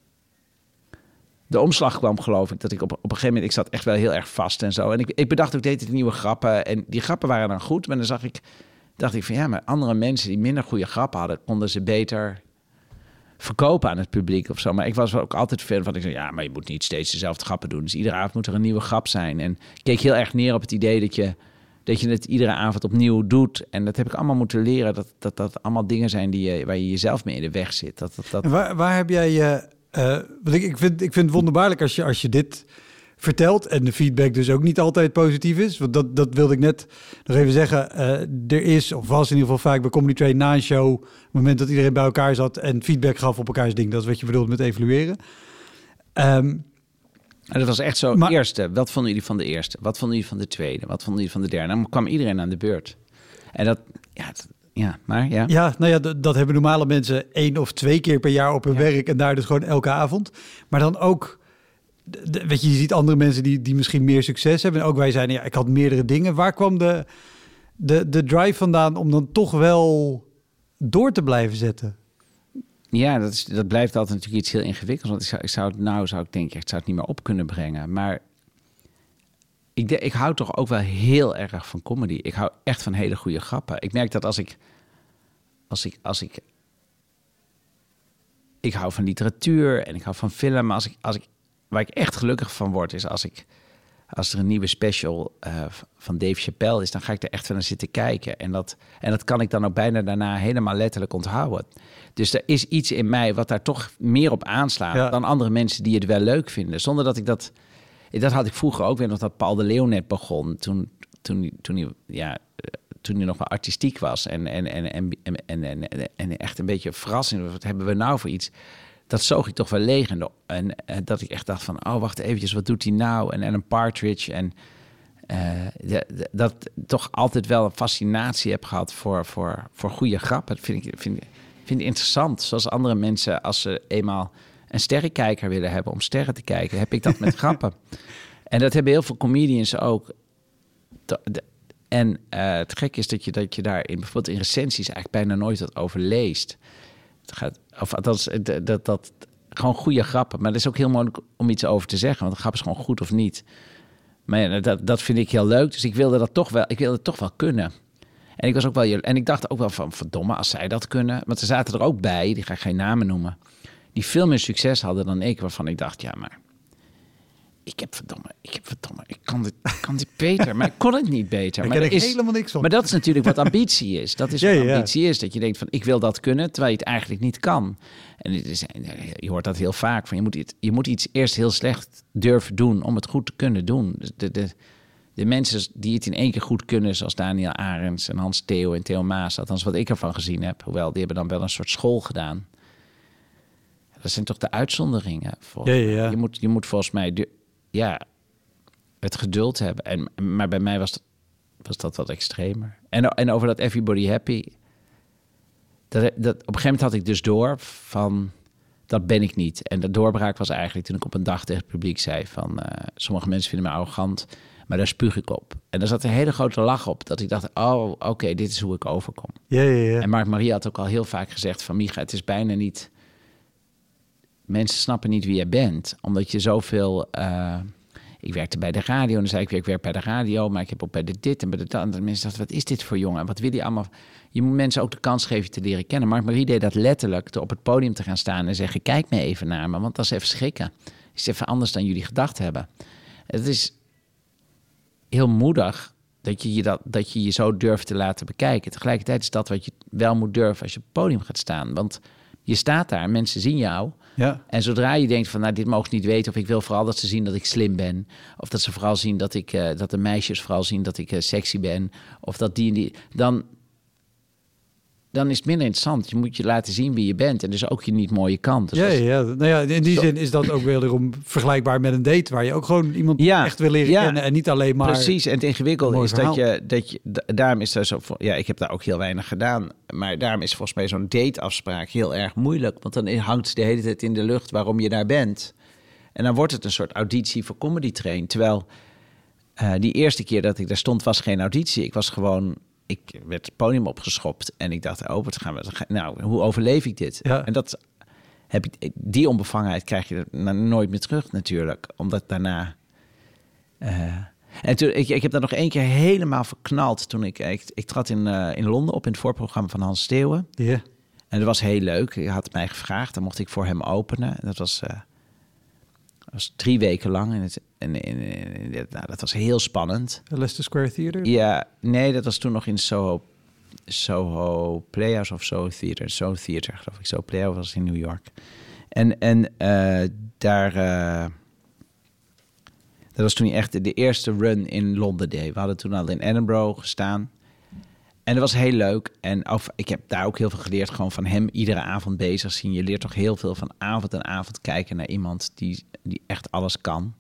de omslag kwam, geloof ik, dat ik op, op een gegeven moment... ik zat echt wel heel erg vast en zo. En ik, ik bedacht ook, deed het nieuwe grappen. En die grappen waren dan goed. Maar dan zag ik, dacht ik van ja, maar andere mensen die minder goede grappen hadden... konden ze beter verkopen aan het publiek of zo. Maar ik was ook altijd fan van, ik zei, ja, maar je moet niet steeds dezelfde grappen doen. Dus iedere avond moet er een nieuwe grap zijn. En ik keek heel erg neer op het idee dat je... dat je het iedere avond opnieuw doet. En dat heb ik allemaal moeten leren. Dat dat, dat allemaal dingen zijn die je, waar je jezelf mee in de weg zit. Dat, dat, dat... En waar, waar heb jij je... Uh, want ik, ik, vind, ik vind het wonderbaarlijk als je, als je dit vertelt... en de feedback dus ook niet altijd positief is. Want dat, dat wilde ik net nog even zeggen. Uh, er is, of was in ieder geval vaak bij Comedy Train na een show... op het moment dat iedereen bij elkaar zat... en feedback gaf op elkaars ding. Dat is wat je bedoelt met evalueren. Um, En dat was echt zo, maar, eerste. Wat vonden jullie van de eerste? Wat vonden jullie van de tweede? Wat vonden jullie van de derde? Dan kwam iedereen aan de beurt. En dat... ja. Het, Ja, maar ja. Ja, nou ja, d- dat hebben normale mensen één of twee keer per jaar op hun ja. werk... en daar dus gewoon elke avond. Maar dan ook, d- weet je, je ziet andere mensen die, die misschien meer succes hebben. En ook wij zeiden, ja, ik had meerdere dingen. Waar kwam de, de, de drive vandaan om dan toch wel door te blijven zetten? Ja, dat, is, dat blijft altijd natuurlijk iets heel ingewikkelds. Want ik zou, ik zou het nou, zou ik denken, ik zou het niet meer op kunnen brengen. Maar ik, de, ik hou toch ook wel heel erg van comedy. Ik hou echt van hele goede grappen. Ik merk dat als ik... Als ik, als ik... Ik hou van literatuur en ik hou van film. Maar als ik, als ik, waar ik echt gelukkig van word, is als ik... Als er een nieuwe special uh, van Dave Chappelle is, dan ga ik er echt van naar zitten kijken. En dat, en dat kan ik dan ook bijna daarna helemaal letterlijk onthouden. Dus er is iets in mij wat daar toch meer op aanslaat ja. dan andere mensen die het wel leuk vinden. Zonder dat ik dat... Dat had ik vroeger ook weer nog dat Paul de Leeuw net begon. Toen, toen, toen, hij, ja, toen hij nog wel artistiek was. En, en, en, en, en, en, en echt een beetje verrassing. Wat hebben we nou voor iets? Dat zoog ik toch wel leeg. En, en, en dat ik echt dacht van, oh, wacht eventjes, wat doet hij nou? En, en een Partridge. En, Uh, de, de, dat toch altijd wel een fascinatie heb gehad voor, voor, voor goede grappen. Dat vind ik, vind, vind ik interessant. Zoals andere mensen, als ze eenmaal een sterrenkijker willen hebben om sterren te kijken, heb ik dat met grappen. En dat hebben heel veel comedians ook. De, de, en uh, het gekke is dat je, dat je daar in, bijvoorbeeld in recensies eigenlijk bijna nooit wat over leest. Het gaat, of dat, dat, dat, dat gewoon goede grappen. Maar dat is ook heel moeilijk om iets over te zeggen, want de grap is gewoon goed of niet. Maar ja, dat, dat vind ik heel leuk. Dus ik wilde dat toch wel, ik wilde het toch wel kunnen. En ik was ook wel, en ik dacht ook wel van, verdomme, als zij dat kunnen. Want ze zaten er ook bij, die ga ik geen namen noemen, die veel meer succes hadden dan ik, waarvan ik dacht, ja, maar ik heb verdomme, ik heb verdomme, ik kan dit, ik kan dit beter, maar ik kon het niet beter. Maar er is helemaal niks van. Maar dat is natuurlijk wat ambitie is. Dat is ja, wat ja. ambitie is, dat je denkt van, ik wil dat kunnen, terwijl je het eigenlijk niet kan. En het is, je hoort dat heel vaak, van je moet, iets, je moet iets eerst heel slecht durven doen om het goed te kunnen doen. De, de, de mensen die het in één keer goed kunnen, zoals Daniel Arends en Hans Theo en Theo Maas, althans wat ik ervan gezien heb, hoewel die hebben dan wel een soort school gedaan. Dat zijn toch de uitzonderingen. Ja, ja, ja. Je, moet, je moet volgens mij de, ja, het geduld hebben. En, maar bij mij was dat, was dat wat extremer. En, en over dat Everybody Happy, dat, dat, op een gegeven moment had ik dus door van, dat ben ik niet. En de doorbraak was eigenlijk toen ik op een dag tegen het publiek zei van, uh, sommige mensen vinden me arrogant, maar daar spuug ik op. En daar zat een hele grote lach op, dat ik dacht, oh, oké, okay, dit is hoe ik overkom. Ja, ja, ja. En Mark Marie had ook al heel vaak gezegd van, Micha, het is bijna niet, mensen snappen niet wie je bent, omdat je zoveel, uh, ik werkte bij de radio en dan zei ik weer, ik werk bij de radio, maar ik heb ook bij de dit en bij de dat. En de mensen dachten, wat is dit voor jongen? Wat wil je allemaal? Je moet mensen ook de kans geven te leren kennen. Mark Marie deed dat letterlijk, door op het podium te gaan staan en zeggen, kijk me even naar me, want dat is even schrikken. Het is even anders dan jullie gedacht hebben. Het is heel moedig dat je je, dat, dat je je zo durft te laten bekijken. Tegelijkertijd is dat wat je wel moet durven als je op het podium gaat staan. Want je staat daar, mensen zien jou. Ja. En zodra je denkt van, nou, dit mogen ze niet weten, of ik wil vooral dat ze zien dat ik slim ben, of dat ze vooral zien dat ik, uh, dat de meisjes vooral zien dat ik uh, sexy ben, of dat die en die, dan, dan is het minder interessant. Je moet je laten zien wie je bent en dus ook je niet mooie kant. Dus ja, als, ja, nou ja, in die Zo. zin is dat ook wederom vergelijkbaar met een date, waar je ook gewoon iemand ja, echt wil leren ja, kennen en niet alleen maar. Precies, en het ingewikkelde is dat je, dat je, daarom is er zo, ja, ik heb daar ook heel weinig gedaan, maar daarom is volgens mij zo'n dateafspraak heel erg moeilijk, want dan hangt het de hele tijd in de lucht waarom je daar bent. En dan wordt het een soort auditie voor Comedy Train, terwijl uh, die eerste keer dat ik daar stond was geen auditie, ik was gewoon, ik werd het podium opgeschopt en ik dacht, oh, wat gaan we, nou, hoe overleef ik dit? Ja. En dat heb ik, die onbevangenheid krijg je er nooit meer terug natuurlijk, omdat daarna. Uh, en toen, ik, ik heb dat nog één keer helemaal verknald toen ik, ik, ik trad in, uh, in Londen op in het voorprogramma van Hans Steeuwen. Ja. En dat was heel leuk. Hij had mij gevraagd, dan mocht ik voor hem openen. En dat was, uh, dat was drie weken lang. In het, in, in, in, in, nou, dat was heel spannend. Leicester Square Theater? Ja, nee, dat was toen nog in Soho, Soho Playhouse of Soho Theater. Soho Theater, geloof ik. Soho Playhouse was in New York. En, en uh, daar... Uh, dat was toen echt de, de eerste run in Londen deed. We hadden toen al in Edinburgh gestaan. En dat was heel leuk. En of, ik heb daar ook heel veel geleerd, gewoon van hem iedere avond bezig zien. Je leert toch heel veel van avond en avond kijken naar iemand die, die echt alles kan.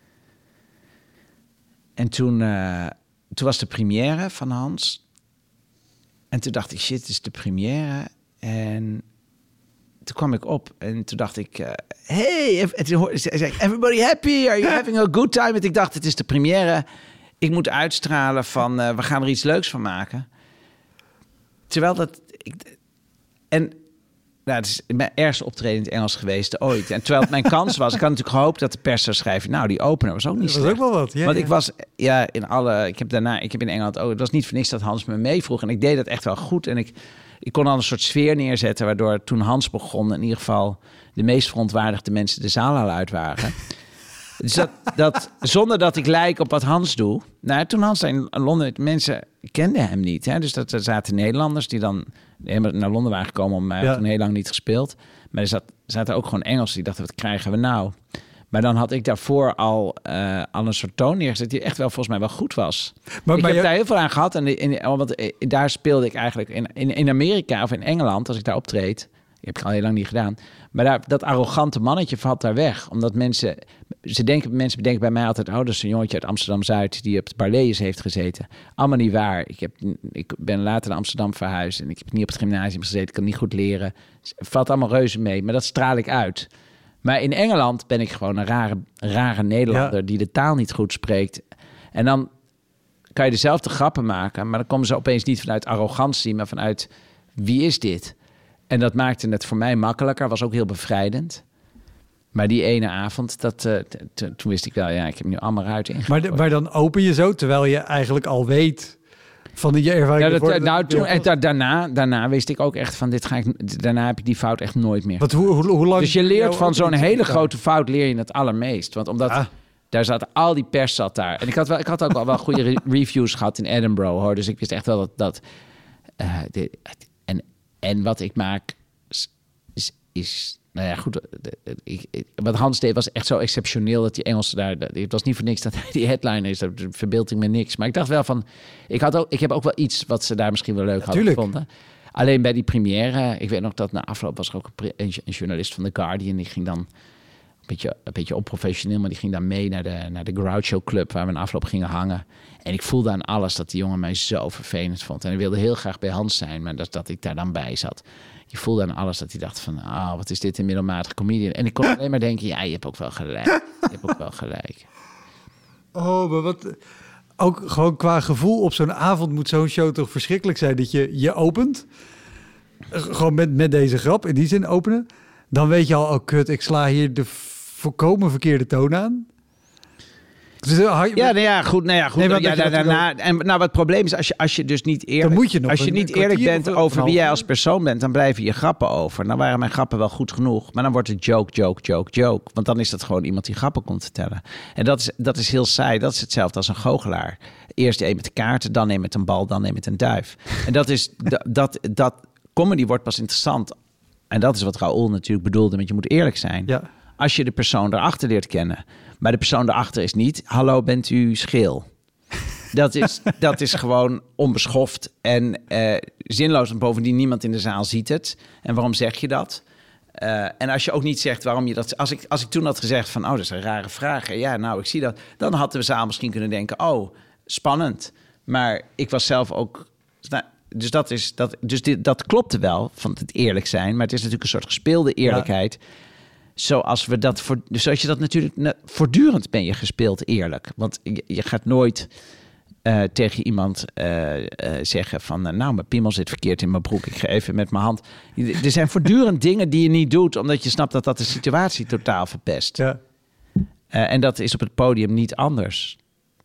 En toen, uh, toen was de première van Hans. En toen dacht ik, shit, het is de première. En toen kwam ik op en toen dacht ik, uh, hey, everybody happy? Are you having a good time? En ik dacht, het is de première. Ik moet uitstralen van, uh, we gaan er iets leuks van maken. Terwijl dat... Ik, en nou, het is mijn eerste optreden in het Engels geweest ooit. En terwijl het mijn kans was, ik had natuurlijk gehoopt dat de pers zou schrijven, nou, die opener was ook niet slecht. Dat was ook wel wat, ja. Want ja. ik was, ja, in alle... Ik heb daarna, ik heb in Engeland ook... Het was niet voor niks dat Hans me meevroeg. En ik deed dat echt wel goed. En ik, ik kon al een soort sfeer neerzetten, waardoor toen Hans begon, in ieder geval de meest verontwaardigde mensen de zaal al uit waren. Dus dat, dat, zonder dat ik lijk op wat Hans doe. Nou, toen Hans in Londen, mensen kenden hem niet. Hè? Dus dat, er zaten Nederlanders die dan naar Londen waren gekomen, om, hij ja. had toen heel lang niet gespeeld. Maar er zat, zaten ook gewoon Engelsen die dachten, wat krijgen we nou? Maar dan had ik daarvoor al, uh, al een soort toon neergezet die echt wel volgens mij wel goed was. Maar, ik maar heb je... daar heel veel aan gehad. En in, in, want daar speelde ik eigenlijk in, in, in Amerika of in Engeland, als ik daar optreed. heb ik al heel lang niet gedaan. Maar daar, dat arrogante mannetje valt daar weg. Omdat mensen, ze denken, mensen bedenken bij mij altijd... oh, dat is een jongetje uit Amsterdam-Zuid die op het Barlees heeft gezeten. Allemaal niet waar. Ik, heb, ik ben later naar Amsterdam verhuisd en ik heb niet op het gymnasium gezeten. Ik kan niet goed leren. Het valt allemaal reuze mee, maar dat straal ik uit. Maar in Engeland ben ik gewoon een rare, rare Nederlander... Ja. die de taal niet goed spreekt. En dan kan je dezelfde grappen maken... maar dan komen ze opeens niet vanuit arrogantie... maar vanuit wie is dit? En dat maakte het voor mij makkelijker. Was ook heel bevrijdend. Maar die ene avond, dat, uh, t- t- toen wist ik wel... ja, ik heb nu allemaal ruiten ingegooid. Maar, de, maar dan open je zo, terwijl je eigenlijk al weet... van je ervaring. Ja, dat, ervoor, nou, dat toen, en da- daarna, daarna wist ik ook echt van... dit ga ik, daarna heb ik die fout echt nooit meer. Wat, hoe, hoe, hoe lang Dus je leert van zo'n hele gedaan? grote fout... leer je het allermeest. Want omdat... Ah. Daar zat al die pers zat daar. En ik had, wel, ik had ook al wel goede re- reviews gehad in Edinburgh, hoor. Dus ik wist echt wel dat... dat uh, dit, en, en wat ik maak is... is nou ja, goed. Ik, ik, wat Hans deed was echt zo exceptioneel... dat die Engelsen daar... Dat, het was niet voor niks dat hij die headliner is. Dat verbeeld ik me niks. Maar ik dacht wel van... Ik, had ook, ik heb ook wel iets wat ze daar misschien wel leuk hadden Tuurlijk. gevonden. Alleen bij die première... Ik weet nog dat na afloop was er ook een, pre- een journalist van The Guardian... die ging dan... Een beetje, een beetje onprofessioneel, maar die ging dan mee naar de, naar de Groucho Club... waar we een afloop gingen hangen. En ik voelde aan alles dat die jongen mij zo vervelend vond. En ik wilde heel graag bij Hans zijn, maar dat, dat ik daar dan bij zat. Je voelde aan alles dat hij dacht van... ah, oh, wat is dit een middelmatige comedian. En ik kon alleen maar denken, ja, je hebt ook wel gelijk. Je hebt ook wel gelijk. Oh, maar wat... Ook gewoon qua gevoel op zo'n avond moet zo'n show toch verschrikkelijk zijn... dat je je opent, gewoon met, met deze grap, in die zin openen... Dan weet je al, oh kut, ik sla hier de volkomen verkeerde toon aan. Dus, uh, Ja, nou ja, goed. Nou ja, goed. Nee, maar ja, dat je daarna, dat en nou, wat het probleem is, als je, als je dus niet eerlijk, Dan moet je nog als je een- niet een eerlijk kwartier bent of een over wie half jij uur. als persoon bent, dan blijven je grappen over. Dan waren mijn grappen wel goed genoeg, maar dan wordt het joke, joke, joke, joke. Want dan is dat gewoon iemand die grappen komt vertellen. En dat is, dat is heel saai. Dat is hetzelfde als een goochelaar. Eerst een met de kaarten, dan een met een bal, dan een met een duif. En dat is dat, dat, dat comedy wordt pas interessant. En dat is wat Raoul natuurlijk bedoelde met je moet eerlijk zijn. Ja. Als je de persoon daarachter leert kennen. Maar de persoon daarachter is niet... hallo, bent u scheel? Dat is, dat is gewoon onbeschoft en uh, zinloos. En bovendien niemand in de zaal ziet het. En waarom zeg je dat? Uh, en als je ook niet zegt waarom je dat... Als ik, als ik toen had gezegd van... oh, dat is een rare vraag. Ja, nou, ik zie dat. Dan had de zaal misschien kunnen denken... oh, spannend. Maar ik was zelf ook... Nou, dus dat, is, dat, dus dit, dat klopte wel, van het eerlijk zijn. Maar het is natuurlijk een soort gespeelde eerlijkheid... Ja. Zoals we dat voor, dus zoals je dat natuurlijk ne, voortdurend ben je gespeeld eerlijk. Want je, je gaat nooit uh, tegen iemand uh, uh, zeggen van... Uh, nou, mijn piemel zit verkeerd in mijn broek. Ik ga even met mijn hand... Er zijn voortdurend dingen die je niet doet... omdat je snapt dat dat de situatie totaal verpest. Ja. Uh, en dat is op het podium niet anders.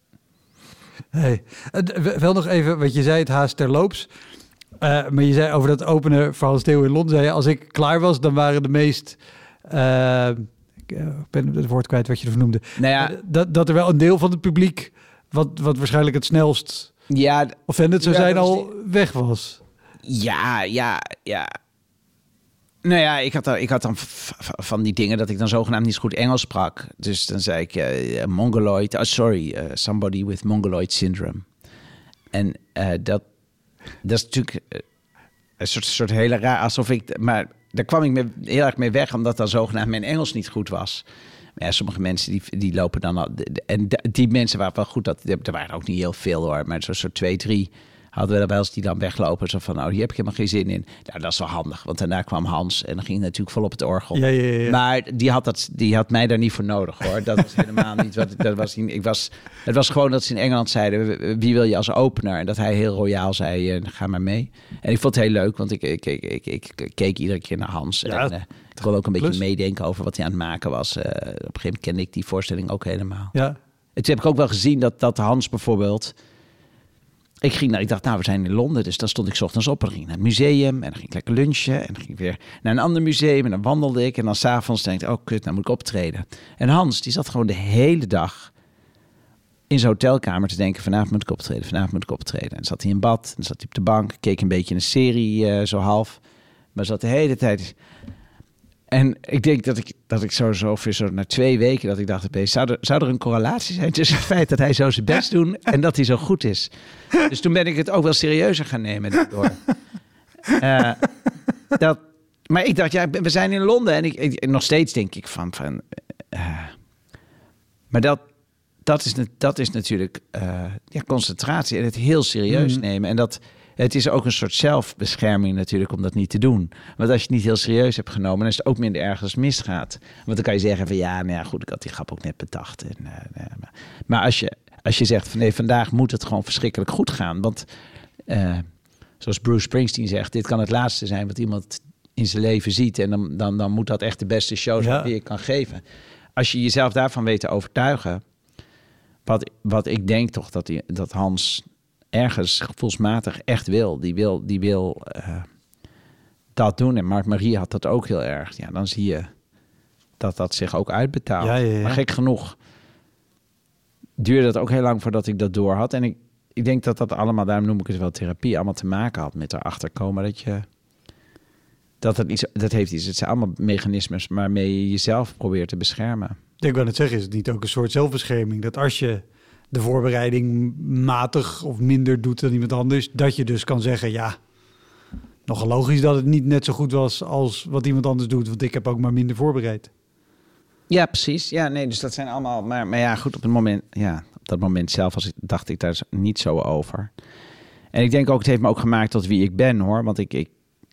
Hey. Uh, wel nog even, wat je zei, het haast terloops. Uh, maar je zei over dat openen van Hans Theo in Londen... zei je, als ik klaar was, dan waren de meest... Uh, ik ben het woord kwijt wat je ervan noemde. Nou ja, dat, dat er wel een deel van het publiek... wat, wat waarschijnlijk het snelst ja, offended zou ja, zijn, al die... weg was. Ja, ja, ja. Nou ja, ik had dan, ik had dan v- v- van die dingen dat ik dan zogenaamd niet zo goed Engels sprak. Dus dan zei ik uh, mongoloid. Oh, sorry, uh, somebody with mongoloid syndrome. En uh, dat, dat is natuurlijk uh, een soort, soort hele raar... alsof ik... maar daar kwam ik me heel erg mee weg, omdat dan zogenaamd mijn Engels niet goed was. Maar ja, sommige mensen die, die lopen dan al... En die mensen waren wel goed, dat, er waren ook niet heel veel hoor, maar zo'n soort twee, drie hadden we er wel eens die dan weglopen. Zo van, oh, hier heb ik helemaal geen zin in. Nou, dat is wel handig, want daarna kwam Hans en dan ging hij natuurlijk vol op het orgel. Ja, ja, ja. Maar die had, dat, die had mij daar niet voor nodig hoor. Dat was helemaal niet wat... Dat was, ik was, het was gewoon dat ze in Engeland zeiden, wie wil je als opener? En dat hij heel royaal zei, uh, ga maar mee. En ik vond het heel leuk, want ik, ik, ik, ik, ik keek iedere keer naar Hans. Ja, en uh, ik kon ook een plus. beetje meedenken over wat hij aan het maken was. Uh, op een gegeven moment kende ik die voorstelling ook helemaal. Ja. En toen heb ik ook wel gezien dat, dat Hans bijvoorbeeld... Ik, ging naar, ik dacht, nou, we zijn in Londen, dus dan stond ik 's ochtends op en dan ging ik naar het museum en dan ging ik lekker lunchen en dan ging ik weer naar een ander museum en dan wandelde ik en dan 's avonds denk ik, oh kut, nou moet ik optreden. En Hans, die zat gewoon de hele dag in zijn hotelkamer te denken, vanavond moet ik optreden, vanavond moet ik optreden. En dan zat hij in bad, dan zat hij op de bank, keek een beetje een serie, uh, zo half, maar zat de hele tijd... En ik denk dat ik, dat ik zo, zo, zo na twee weken dat ik dacht, zou er, zou er een correlatie zijn tussen het feit dat hij zo zijn best doet en dat hij zo goed is. Dus toen ben ik het ook wel serieuzer gaan nemen daardoor. Uh, dat, maar ik dacht, ja, we zijn in Londen. En ik, ik nog steeds denk ik van... van uh, maar dat, dat, is, dat is natuurlijk uh, ja, concentratie en het heel serieus mm. nemen. En dat... Het is ook een soort zelfbescherming natuurlijk om dat niet te doen. Want als je het niet heel serieus hebt genomen... dan is het ook minder erg als het misgaat. Want dan kan je zeggen van ja, nou ja, goed, ik had die grap ook net bedacht. En, uh, uh, maar, maar als je, als je zegt van nee, vandaag moet het gewoon verschrikkelijk goed gaan. Want uh, zoals Bruce Springsteen zegt... dit kan het laatste zijn wat iemand in zijn leven ziet. En dan, dan, dan moet dat echt de beste show zijn ja. die je kan geven. Als je jezelf daarvan weet te overtuigen... wat, wat ik denk toch dat, die, dat Hans... ergens gevoelsmatig echt wil. Die wil, die wil uh, dat doen. En Mark Marie had dat ook heel erg. Ja, dan zie je dat dat zich ook uitbetaalt. Ja, ja, ja. Maar gek genoeg duurde dat ook heel lang voordat ik dat door had. En ik, ik denk dat dat allemaal, daarom noem ik het wel therapie, allemaal te maken had met erachter komen dat je... Dat, het iets, dat heeft iets. Het zijn allemaal mechanismes waarmee je jezelf probeert te beschermen. Ik wil net zeggen, is het niet ook een soort zelfbescherming? Dat als je de voorbereiding matig of minder doet dan iemand anders, dat je dus kan zeggen, ja, nogal logisch dat het niet net zo goed was als wat iemand anders doet, want ik heb ook maar minder voorbereid. Ja, precies. Ja, nee, dus dat zijn allemaal, maar, maar ja, goed, op het moment, ja, op dat moment zelf was, dacht ik daar niet zo over. En ik denk ook, het heeft me ook gemaakt tot wie ik ben, hoor, want ik, ik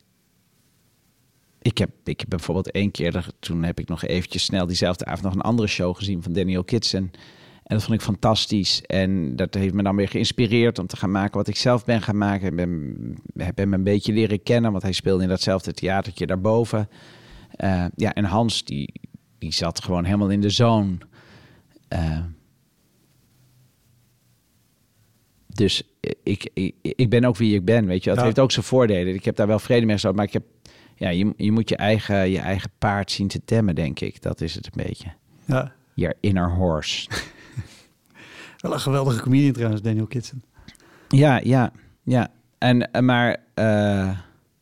Ik heb, ik heb bijvoorbeeld één keer, toen heb ik nog eventjes snel diezelfde avond nog een andere show gezien van Daniel Kitson. En dat vond ik fantastisch. En dat heeft me dan weer geïnspireerd om te gaan maken wat ik zelf ben gaan maken. Ik ben, heb hem een beetje leren kennen, want hij speelde in datzelfde theatertje daarboven. Uh, ja, en Hans, die, die zat gewoon helemaal in de zone. Uh, dus ik, ik, ik ben ook wie ik ben, weet je. Het ja. heeft ook zijn voordelen. Ik heb daar wel vrede mee gesloten, maar ik heb... Ja, je, je moet je eigen, je eigen paard zien te temmen, denk ik. Dat is het een beetje. Ja. Your inner horse. Wel een geweldige comedian trouwens, Daniel Kitson. Ja, ja, ja. En, maar... Uh,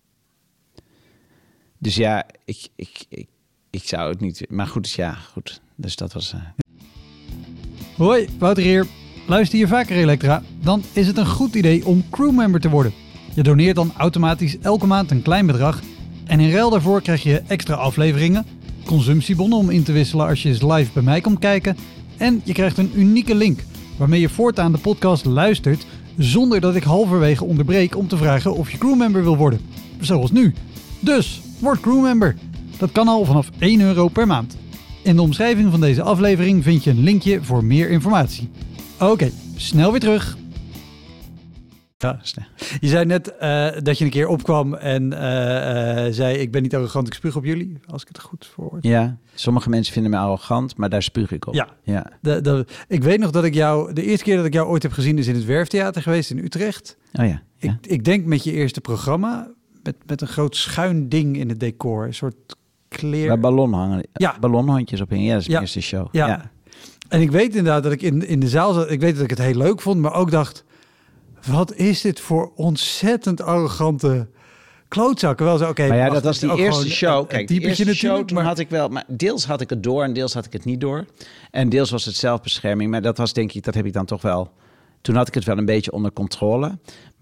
dus ja, ik, ik, ik, ik zou het niet... Maar goed, dus ja, goed. Dus dat was... Uh... Hoi, Wouter hier. Luister je vaker Elektra? Dan is het een goed idee om crewmember te worden. Je doneert dan automatisch elke maand een klein bedrag... En in ruil daarvoor krijg je extra afleveringen, consumptiebonnen om in te wisselen als je eens live bij mij komt kijken. En je krijgt een unieke link waarmee je voortaan de podcast luistert zonder dat ik halverwege onderbreek om te vragen of je crewmember wil worden. Zoals nu. Dus, word crewmember. Dat kan al vanaf één euro per maand. In de omschrijving van deze aflevering vind je een linkje voor meer informatie. Oké, okay, snel weer terug. Ja. Je zei net uh, dat je een keer opkwam en uh, uh, zei, ik ben niet arrogant, ik spuug op jullie, als ik het goed voor. Ja, sommige mensen vinden me arrogant, maar daar spuug ik op. Ja, ja. De, de, ik weet nog dat ik jou, de eerste keer dat ik jou ooit heb gezien is in het Werftheater geweest in Utrecht. Oh ja. ja. Ik, ik denk met je eerste programma, met, met een groot schuin ding in het decor, een soort kleer. Waar ballon hangen, ja. ballonhandjes op hingen, ja, dat is mijn ja. eerste show. Ja. ja, en ik weet inderdaad dat ik in, in de zaal zat, ik weet dat ik het heel leuk vond, maar ook dacht... Wat is dit voor ontzettend arrogante klootzakken? Wel zo, okay, maar ja, dat was die eerste show. Kijk, die eerste show, toen maar... had ik wel... Maar deels had ik het door en deels had ik het niet door. En deels was het zelfbescherming. Maar dat was denk ik, dat heb ik dan toch wel... Toen had ik het wel een beetje onder controle.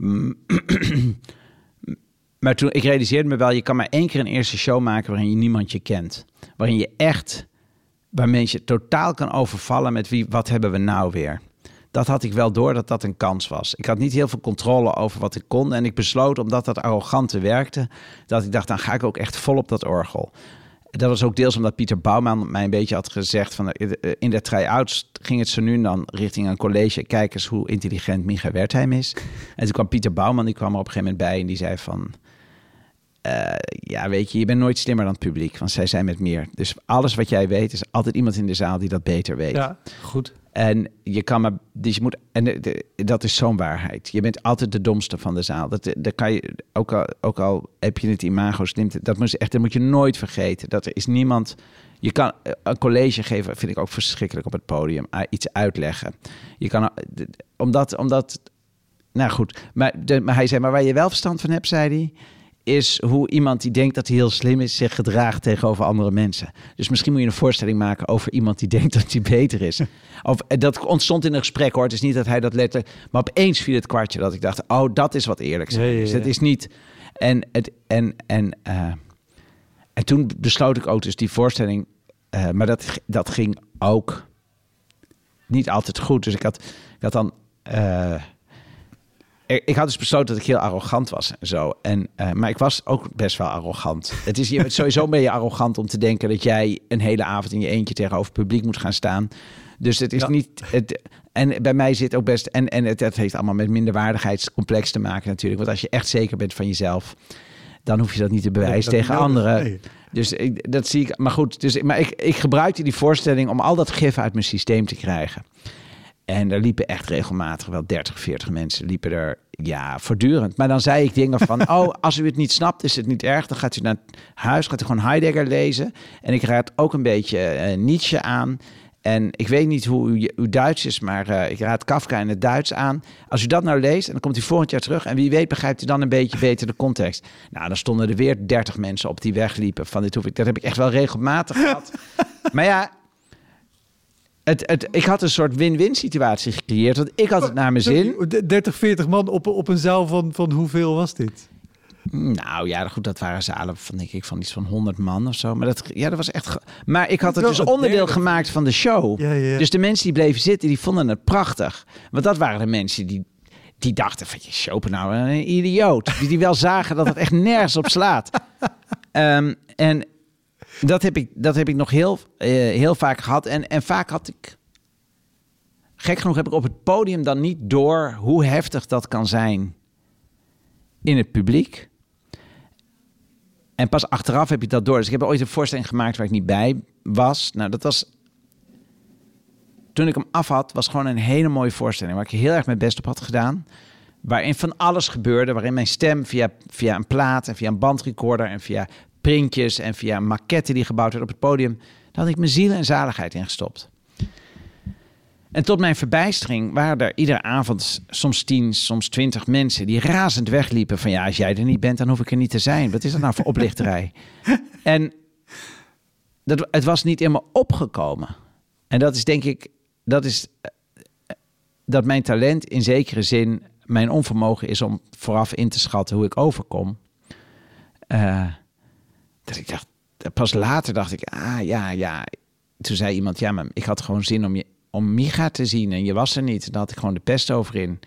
Maar toen, ik realiseerde me wel... Je kan maar één keer een eerste show maken waarin je niemand je kent. Waarin je echt... Waar mensen totaal kan overvallen met wie... Wat hebben we nou weer? Dat had ik wel door dat dat een kans was. Ik had niet heel veel controle over wat ik kon. En ik besloot, omdat dat arrogante werkte... dat ik dacht, dan ga ik ook echt vol op dat orgel. Dat was ook deels omdat Pieter Bouwman mij een beetje had gezegd... van in de try-outs ging het zo nu en dan richting een college... kijk eens hoe intelligent Micha Wertheim is. En toen kwam Pieter Bouwman, die kwam er op een gegeven moment bij... en die zei van... Uh, ja, weet je, je bent nooit slimmer dan het publiek. Want zij zijn met meer. Dus alles wat jij weet, is altijd iemand in de zaal die dat beter weet. Ja, goed. En je kan maar, dus je moet, en de, de, dat is zo'n waarheid. Je bent altijd de domste van de zaal. Dat, dat kan je, ook al, ook al heb je het imago slim, dat moet, echt, dat moet je nooit vergeten. Dat er is niemand, je kan een college geven, vind ik ook verschrikkelijk op het podium, iets uitleggen. Je kan, omdat, omdat, nou goed, maar, de, maar hij zei, maar waar je wel verstand van hebt, zei hij, is hoe iemand die denkt dat hij heel slim is... zich gedraagt tegenover andere mensen. Dus misschien moet je een voorstelling maken over iemand die denkt dat hij beter is. Of, dat ontstond in een gesprek, hoor. Het is niet dat hij dat letterlijk... Maar opeens viel het kwartje dat ik dacht... oh, dat is wat eerlijk zijn. Ja, ja, ja. Dus het is niet... En, het, en, en uh, en toen besloot ik ook dus die voorstelling... Uh, maar dat, dat ging ook niet altijd goed. Dus ik had, ik had dan... Uh, ik, ik had dus besloten dat ik heel arrogant was en zo. En, uh, maar ik was ook best wel arrogant. Het is je, sowieso ben je arrogant om te denken dat jij een hele avond in je eentje tegenover het publiek moet gaan staan. Dus het is ja. niet... Het, en bij mij zit ook best... En, en het, het heeft allemaal met minderwaardigheidscomplex te maken natuurlijk. Want als je echt zeker bent van jezelf... dan hoef je dat niet te bewijzen nee, tegen anderen. Nee. Dus ik, dat zie ik... Maar goed, dus, maar ik, ik gebruikte die voorstelling... om al dat gif uit mijn systeem te krijgen. En er liepen echt regelmatig wel dertig, veertig mensen... liepen er, ja, voortdurend. Maar dan zei ik dingen van... oh, als u het niet snapt, is het niet erg. Dan gaat u naar huis, gaat u gewoon Heidegger lezen. En ik raad ook een beetje uh, Nietzsche aan... En ik weet niet hoe uw, uw Duits is, maar uh, ik raad Kafka in het Duits aan. Als u dat nou leest, en dan komt u volgend jaar terug... en wie weet begrijpt u dan een beetje beter de context. Nou, dan stonden er weer dertig mensen op die wegliepen. Van dit hoef ik, dat heb ik echt wel regelmatig gehad. Maar ja, het, het, ik had een soort win-win situatie gecreëerd. Want ik had het naar mijn zin. dertig, veertig man op, op een zaal van, van hoeveel was dit? Nou ja, goed, dat waren zalen van, denk ik, van iets van honderd man of zo. Maar dat, ja, dat was echt... Ge- maar ik had het dus onderdeel gemaakt van de show. Ja, ja. Dus de mensen die bleven zitten, die vonden het prachtig. Want dat waren de mensen die, die dachten van... je Schopenhauer, een idioot. Die, die wel zagen dat het echt nergens op slaat. Um, en dat heb ik, dat heb ik nog heel, uh, heel vaak gehad. En, en vaak had ik... Gek genoeg heb ik op het podium dan niet door hoe heftig dat kan zijn in het publiek. En pas achteraf heb je dat door. Dus ik heb ooit een voorstelling gemaakt waar ik niet bij was. Nou, dat was... Toen ik hem af had, was gewoon een hele mooie voorstelling... waar ik heel erg mijn best op had gedaan. Waarin van alles gebeurde. Waarin mijn stem via, via een plaat en via een bandrecorder... en via printjes en via een maquette die gebouwd werd op het podium... daar had ik mijn ziel en zaligheid in gestopt. En tot mijn verbijstering waren er iedere avond soms tien, soms twintig mensen... die razend wegliepen van ja, als jij er niet bent, dan hoef ik er niet te zijn. Wat is dat nou voor oplichterij? En dat, het was niet in me opgekomen. En dat is denk ik, dat is dat mijn talent in zekere zin... mijn onvermogen is om vooraf in te schatten hoe ik overkom. Uh, dat ik dacht, pas later dacht ik, ah ja, ja. Toen zei iemand, ja, maar ik had gewoon zin om je... om Micha te zien en je was er niet. Dan had ik gewoon de pest over in.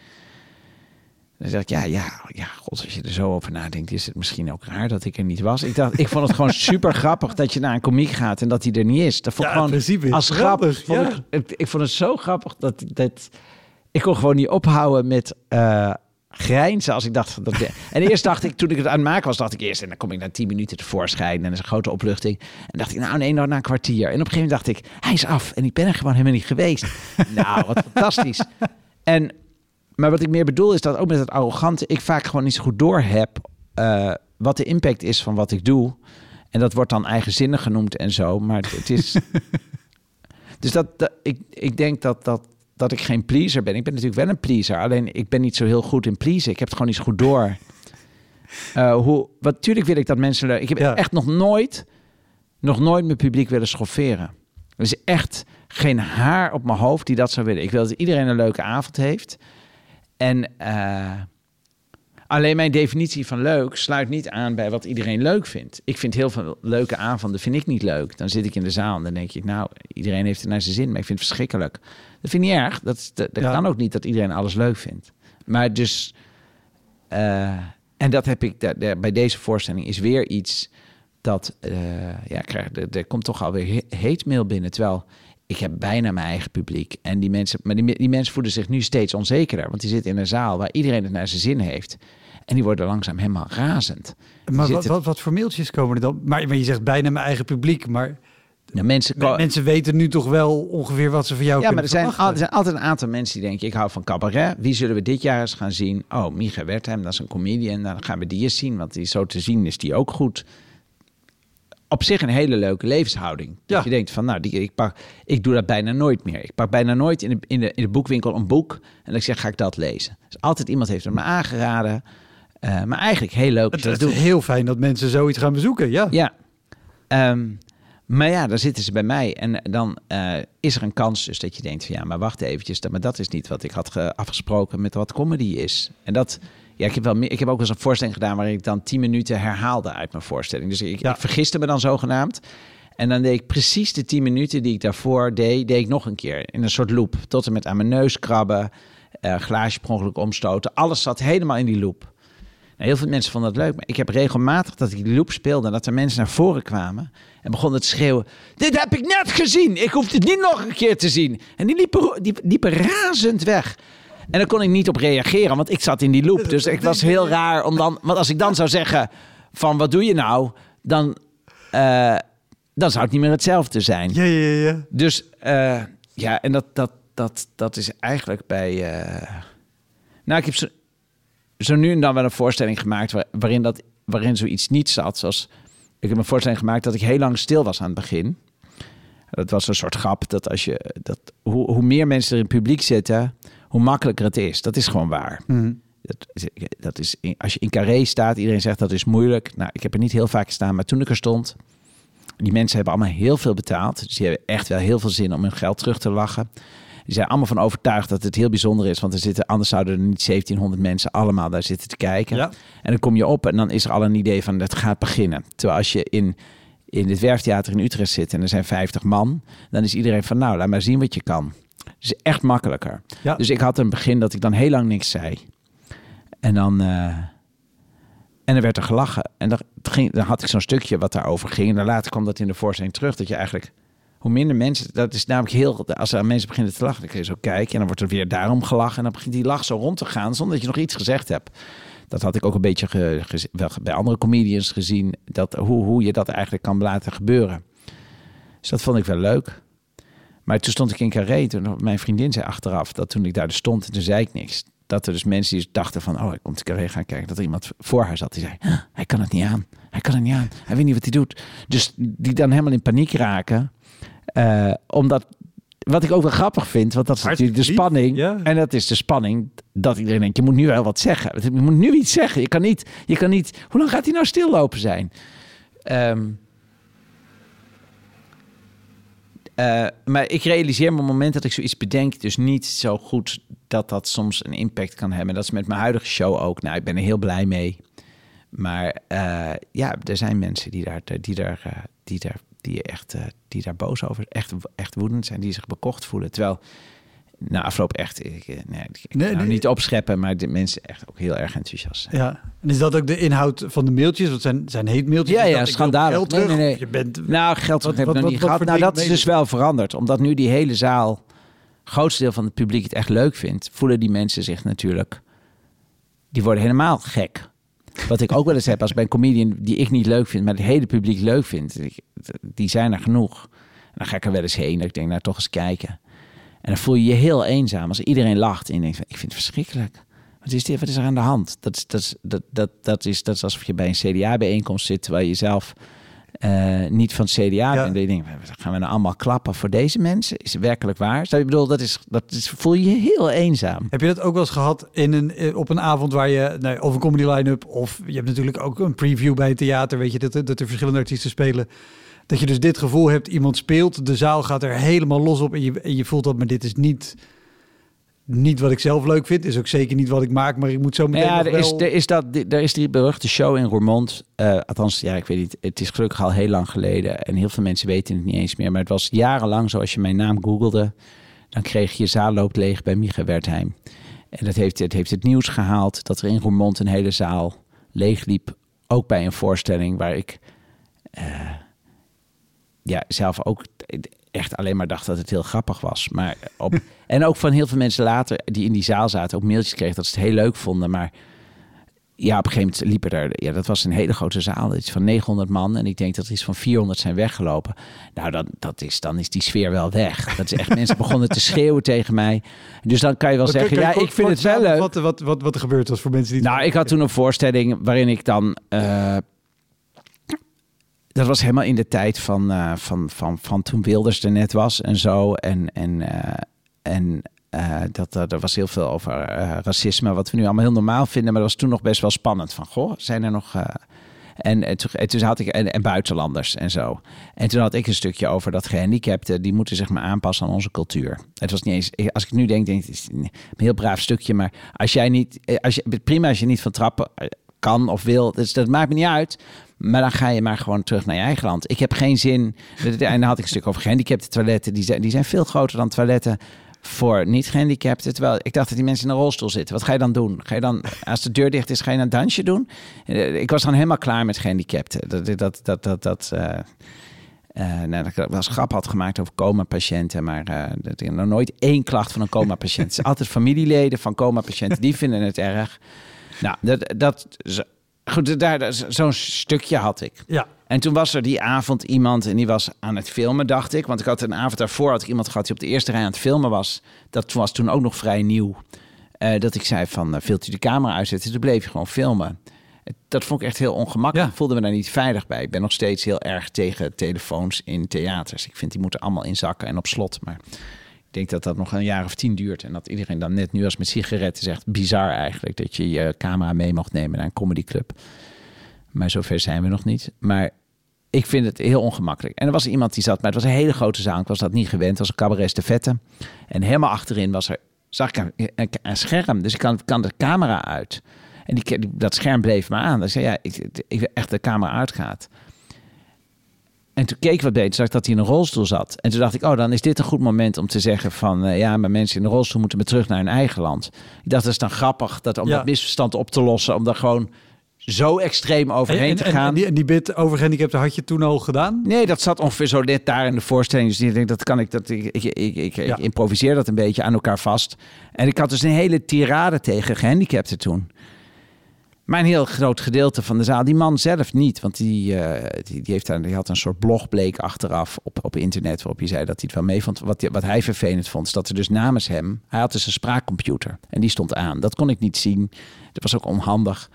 Dan dacht ik, ja, ja, ja, god, als je er zo over nadenkt... is het misschien ook raar dat ik er niet was. Ik dacht, ik vond het gewoon super grappig dat je naar een komiek gaat... en dat hij er niet is. Dat vond ik ja, gewoon principe, als grappig. Vond ja. ik, ik vond het zo grappig dat... dat ik kon gewoon niet ophouden met uh, grijnzen als ik dacht... Dat, en eerst dacht ik, toen ik het aan het maken was... dacht ik eerst, en dan kom ik na tien minuten tevoorschijn... en dat is een grote opluchting. En dacht ik, nou nee, nou na een kwartier. En op een gegeven moment dacht ik, hij is af. En ik ben er gewoon helemaal niet geweest. Nou, wat fantastisch. En, maar wat ik meer bedoel is dat ook met het arrogante... ik vaak gewoon niet zo goed door heb... Uh, wat de impact is van wat ik doe. En dat wordt dan eigenzinnig genoemd en zo. Maar het, het is... dus dat, dat ik, ik denk dat... dat dat ik geen pleaser ben. Ik ben natuurlijk wel een pleaser. Alleen ik ben niet zo heel goed in pleasen. Ik heb het gewoon niet zo goed door. Uh, hoe, wat, natuurlijk wil ik dat mensen leuk... Ik heb ja. echt nog nooit... nog nooit mijn publiek willen schofferen. Er is echt geen haar op mijn hoofd die dat zou willen. Ik wil dat iedereen een leuke avond heeft. En uh, alleen mijn definitie van leuk sluit niet aan bij wat iedereen leuk vindt. Ik vind heel veel leuke avonden vind ik niet leuk. Dan zit ik in de zaal en dan denk ik... nou, iedereen heeft het naar zijn zin, maar ik vind het verschrikkelijk. Dat vind ik niet erg. Dat, dat, dat ja. kan ook niet dat iedereen alles leuk vindt. Maar dus... Uh, en dat heb ik... De, de, bij deze voorstelling is weer iets dat... Uh, ja, krijg, er, er komt toch alweer hate mail binnen. Terwijl ik heb bijna mijn eigen publiek. En die mensen, maar die, die mensen voelen zich nu steeds onzekerder. Want die zitten in een zaal waar iedereen het naar zijn zin heeft. En die worden langzaam helemaal razend. Maar wat, wat, wat voor mailtjes komen er dan? Maar, maar je zegt bijna mijn eigen publiek, maar... Ja, mensen, ko- mensen weten nu toch wel ongeveer wat ze van jou ja, kunnen maar er zijn, al, er verwachten. zijn altijd een aantal mensen die denken... ik hou van cabaret. Wie zullen we dit jaar eens gaan zien? Oh, Micha Wertheim, dat is een comedian. Nou, dan gaan we die eens zien, want die zo te zien is die ook goed. Op zich een hele leuke levenshouding. Ja. Dat je denkt van, nou, die, ik, pak, ik doe dat bijna nooit meer. Ik pak bijna nooit in de, in de, in de boekwinkel een boek... en ik zeg, ga ik dat lezen? Dus altijd iemand heeft het me aangeraden... Uh, maar eigenlijk heel leuk. Het, het is heel fijn dat mensen zoiets gaan bezoeken, ja. Ja. Um, maar ja, dan zitten ze bij mij. En dan uh, is er een kans dus dat je denkt van... ja, maar wacht eventjes. Maar dat is niet wat ik had ge- afgesproken met wat comedy is. En dat, Ja, ik heb, wel meer, ik heb ook wel eens een voorstelling gedaan... waarin ik dan tien minuten herhaalde uit mijn voorstelling. Dus ik, ja. ik vergiste me dan zogenaamd. En dan deed ik precies de tien minuten die ik daarvoor deed... deed ik nog een keer in een soort loop. Tot en met aan mijn neus krabben... Uh, glaasje per ongeluk omstoten. Alles zat helemaal in die loop. Nou, heel veel mensen vonden dat leuk. Maar ik heb regelmatig dat ik die loop speelde... dat er mensen naar voren kwamen... en begonnen te schreeuwen... dit heb ik net gezien! Ik hoef het niet nog een keer te zien! En die liepen, die liepen razend weg... En dan kon ik niet op reageren, want ik zat in die loop. Dus het was heel raar om dan... Want als ik dan zou zeggen van wat doe je nou? Dan, uh, dan zou het niet meer hetzelfde zijn. Ja, ja, ja. Dus uh, ja, en dat, dat, dat, dat is eigenlijk bij... Uh... Nou, ik heb zo, zo nu en dan wel een voorstelling gemaakt... Waar, waarin, dat, waarin zoiets niet zat. Zoals, ik heb een voorstelling gemaakt dat ik heel lang stil was aan het begin. Dat was een soort grap dat als je... Dat, hoe, hoe meer mensen er in het publiek zitten... hoe makkelijker het is. Dat is gewoon waar. Mm. Dat, dat is, als je in Carré staat, iedereen zegt dat is moeilijk. Nou, ik heb er niet heel vaak gestaan, maar toen ik er stond... die mensen hebben allemaal heel veel betaald. Dus die hebben echt wel heel veel zin om hun geld terug te lachen. Die zijn allemaal van overtuigd dat het heel bijzonder is. Want er zitten, anders zouden er niet zeventienhonderd mensen allemaal daar zitten te kijken. Ja. En dan kom je op en dan is er al een idee van het gaat beginnen. Terwijl als je in... in het Werftheater in Utrecht zit en er zijn vijftig man... dan is iedereen van, nou, laat maar zien wat je kan. Dus echt makkelijker. Ja. Dus ik had een begin dat ik dan heel lang niks zei. En dan... Uh, en er werd er gelachen. En dan, ging, dan had ik zo'n stukje wat daarover ging. En dan later kwam dat in de voorstelling terug. Dat je eigenlijk... Hoe minder mensen... Dat is namelijk heel... Als er mensen beginnen te lachen, dan kun je zo kijken. En dan wordt er weer daarom gelachen. En dan begint die lach zo rond te gaan... zonder dat je nog iets gezegd hebt. Dat had ik ook een beetje ge, ge, wel, bij andere comedians gezien. Dat, hoe, hoe je dat eigenlijk kan laten gebeuren. Dus dat vond ik wel leuk. Maar toen stond ik in Carré. Toen mijn vriendin zei achteraf dat toen ik daar dus stond en toen zei ik niks. Dat er dus mensen die dachten van, oh, ik kom te Carré gaan kijken. Dat er iemand voor haar zat die zei, ah, hij kan het niet aan. Hij kan het niet aan. Hij weet niet wat hij doet. Dus die dan helemaal in paniek raken. Uh, omdat, wat ik ook wel grappig vind, want dat is natuurlijk de spanning. Ja. En dat is de spanning dat iedereen denkt, je moet nu wel wat zeggen. Je moet nu iets zeggen. Je kan niet, je kan niet, hoe lang gaat hij nou stillopen zijn? Um, Uh, maar ik realiseer me op het moment dat ik zoiets bedenk... dus niet zo goed dat dat soms een impact kan hebben. Dat is met mijn huidige show ook. Nou, ik ben er heel blij mee. Maar uh, ja, er zijn mensen die daar, die daar, uh, die daar, die echt, uh, die daar boos over... Echt, echt woedend zijn, die zich bekocht voelen. Terwijl, nou, afloop echt... Ik, nee, ik nee, nou, nee. niet opscheppen, maar de mensen echt ook heel erg enthousiast zijn. Ja, en is dat ook de inhoud van de mailtjes? Wat zijn, zijn heet mailtjes? Ja, ja, schandalig. Nee, nee, nee. Je bent... Nou, geld terug heb ik nog wat, niet wat, gehad. Nou, dat is dus wel veranderd. Omdat nu die hele zaal, het grootste deel van het publiek het echt leuk vindt, voelen die mensen zich natuurlijk... Die worden helemaal gek. Wat ik ook wel eens heb als bij een comedian die ik niet leuk vind, maar het hele publiek leuk vindt. Die zijn er genoeg. En dan ga ik er wel eens heen. Ik denk, nou, toch eens kijken. En dan voel je je heel eenzaam als iedereen lacht. En je denkt, ik vind het verschrikkelijk. Wat is dit? Wat is er aan de hand? Dat is, dat is, dat, dat, dat is, dat is alsof je bij een C D A-bijeenkomst zit, terwijl je zelf uh, niet van het C D A bent. En je denkt, gaan we nou allemaal klappen voor deze mensen? Is het werkelijk waar? Zou je bedoel, dat is, dat is, voel je je heel eenzaam. Heb je dat ook wel eens gehad in een, op een avond waar je, nou, of een comedy line-up, of je hebt natuurlijk ook een preview bij het theater, weet je, dat, dat er verschillende artiesten spelen. Dat je dus dit gevoel hebt, iemand speelt, de zaal gaat er helemaal los op en je, en je voelt dat, maar dit is niet, niet wat ik zelf leuk vind. Is ook zeker niet wat ik maak, maar ik moet zo meteen ja, er wel... is, er is dat, er is die beruchte show in Roermond. Uh, althans, ja, ik weet niet, het is gelukkig al heel lang geleden en heel veel mensen weten het niet eens meer. Maar het was jarenlang zo, als je mijn naam googelde, dan kreeg je zaal loopt leeg bij Micha Wertheim. En dat heeft, het heeft het nieuws gehaald dat er in Roermond een hele zaal leeg liep. Ook bij een voorstelling waar ik... Uh, ja, zelf ook echt alleen maar dacht dat het heel grappig was. Maar op, en ook van heel veel mensen later die in die zaal zaten ook mailtjes kregen dat ze het heel leuk vonden. Maar ja, op een gegeven moment liepen er... Ja, dat was een hele grote zaal. Iets van negenhonderd man. En ik denk dat er iets van vierhonderd zijn weggelopen. Nou, dan, dat is, dan is die sfeer wel weg. Dat is echt, mensen begonnen te schreeuwen tegen mij. Dus dan kan je wel wat, zeggen, ja, ik vind het wel leuk. Wat, wat, wat, wat er gebeurd was voor mensen die... Nou, ik had toen een voorstelling waarin ik dan... Uh, Dat was helemaal in de tijd van, uh, van, van, van toen Wilders er net was en zo. En, en, uh, en uh, dat, uh, er was heel veel over uh, racisme, wat we nu allemaal heel normaal vinden. Maar dat was toen nog best wel spannend. Van, goh, zijn er nog... Uh... En, en, toen, en toen had ik en, en buitenlanders en zo. En toen had ik een stukje over dat gehandicapten, die moeten zich maar aanpassen aan onze cultuur. Het was niet eens, als ik nu denk, denk ik, het is een heel braaf stukje, maar als jij niet, als je, prima als je niet van trappen kan of wil, dus dat maakt me niet uit. Maar dan ga je maar gewoon terug naar je eigen land. Ik heb geen zin. En dan had ik een stuk over gehandicapte toiletten. Die zijn, die zijn veel groter dan toiletten voor niet-gehandicapten. Terwijl ik dacht dat die mensen in een rolstoel zitten. Wat ga je dan doen? Ga je dan, als de deur dicht is, ga je een dansje doen? Ik was dan helemaal klaar met gehandicapten. Dat dat dat dat dat. Uh, uh, nou, dat ik wel eens grap had gemaakt over coma-patiënten, maar uh, dat ik nog nooit één klacht van een coma-patiënt. Het zijn altijd familieleden van coma-patiënten die vinden het erg. Nou, dat dat. Goed, daar, zo'n stukje had ik. Ja. En toen was er die avond iemand en die was aan het filmen, dacht ik. Want ik had een avond daarvoor had ik iemand gehad die op de eerste rij aan het filmen was. Dat was toen ook nog vrij nieuw. Uh, dat ik zei van, uh, wilt u de camera uitzetten? Toen bleef je gewoon filmen. Dat vond ik echt heel ongemakkelijk. Ja. Ik voelde me daar niet veilig bij. Ik ben nog steeds heel erg tegen telefoons in theaters. Ik vind die moeten allemaal in zakken en op slot. Maar ik denk dat dat nog een jaar of tien duurt. En dat iedereen dan net nu als met sigaretten zegt, bizar eigenlijk, dat je je camera mee mocht nemen naar een comedyclub. Maar zover zijn we nog niet. Maar ik vind het heel ongemakkelijk. En er was iemand die zat, maar het was een hele grote zaal. Ik was dat niet gewend. Het was een cabaret de vette. En helemaal achterin was er, zag ik een, een, een scherm. Dus ik kan, kan de camera uit. En die, die, dat scherm bleef maar aan. Dus zei ja, ik, ik, echt de camera uitgaat. En toen keek ik wat beter, zag ik dat hij in een rolstoel zat. En toen dacht ik, oh, dan is dit een goed moment om te zeggen van, uh, ja, maar mensen in de rolstoel moeten weer terug naar hun eigen land. Ik dacht, dat is dan grappig, dat om ja. dat misverstand op te lossen, om daar gewoon zo extreem overheen en, te en, gaan. En die, en die bit over gehandicapten had je toen al gedaan? Nee, dat zat ongeveer zo net daar in de voorstelling. Dus ik denk, dat kan ik, dat ik, ik, ik, ik, ja. ik improviseer dat een beetje aan elkaar vast. En ik had dus een hele tirade tegen gehandicapten toen. Maar een heel groot gedeelte van de zaal, die man zelf niet. Want die, uh, die, die, heeft daar, die had een soort blog bleek achteraf op, op internet, waarop hij zei dat hij het wel mee vond. Wat, wat hij vervelend vond, is dat er dus namens hem, hij had dus een spraakcomputer. En die stond aan. Dat kon ik niet zien. Dat was ook onhandig.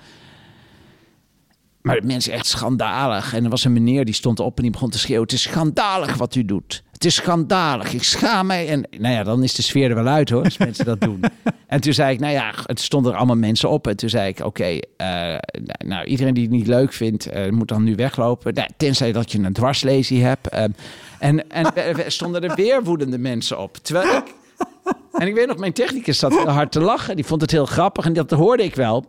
Maar de mensen echt schandalig. En er was een meneer die stond op en die begon te schreeuwen, het is schandalig wat u doet. Het is schandalig. Ik schaam mij. En nou ja, dan is de sfeer er wel uit hoor, als mensen dat doen. En toen zei ik, nou ja, het stonden er allemaal mensen op. En toen zei ik, oké, okay, uh, nou iedereen die het niet leuk vindt, uh, moet dan nu weglopen. Nou, tenzij dat je een dwarslesie hebt. Um, en en er stonden er weer woedende mensen op. Terwijl ik... En ik weet nog, mijn technicus zat heel hard te lachen. Die vond het heel grappig en dat hoorde ik wel.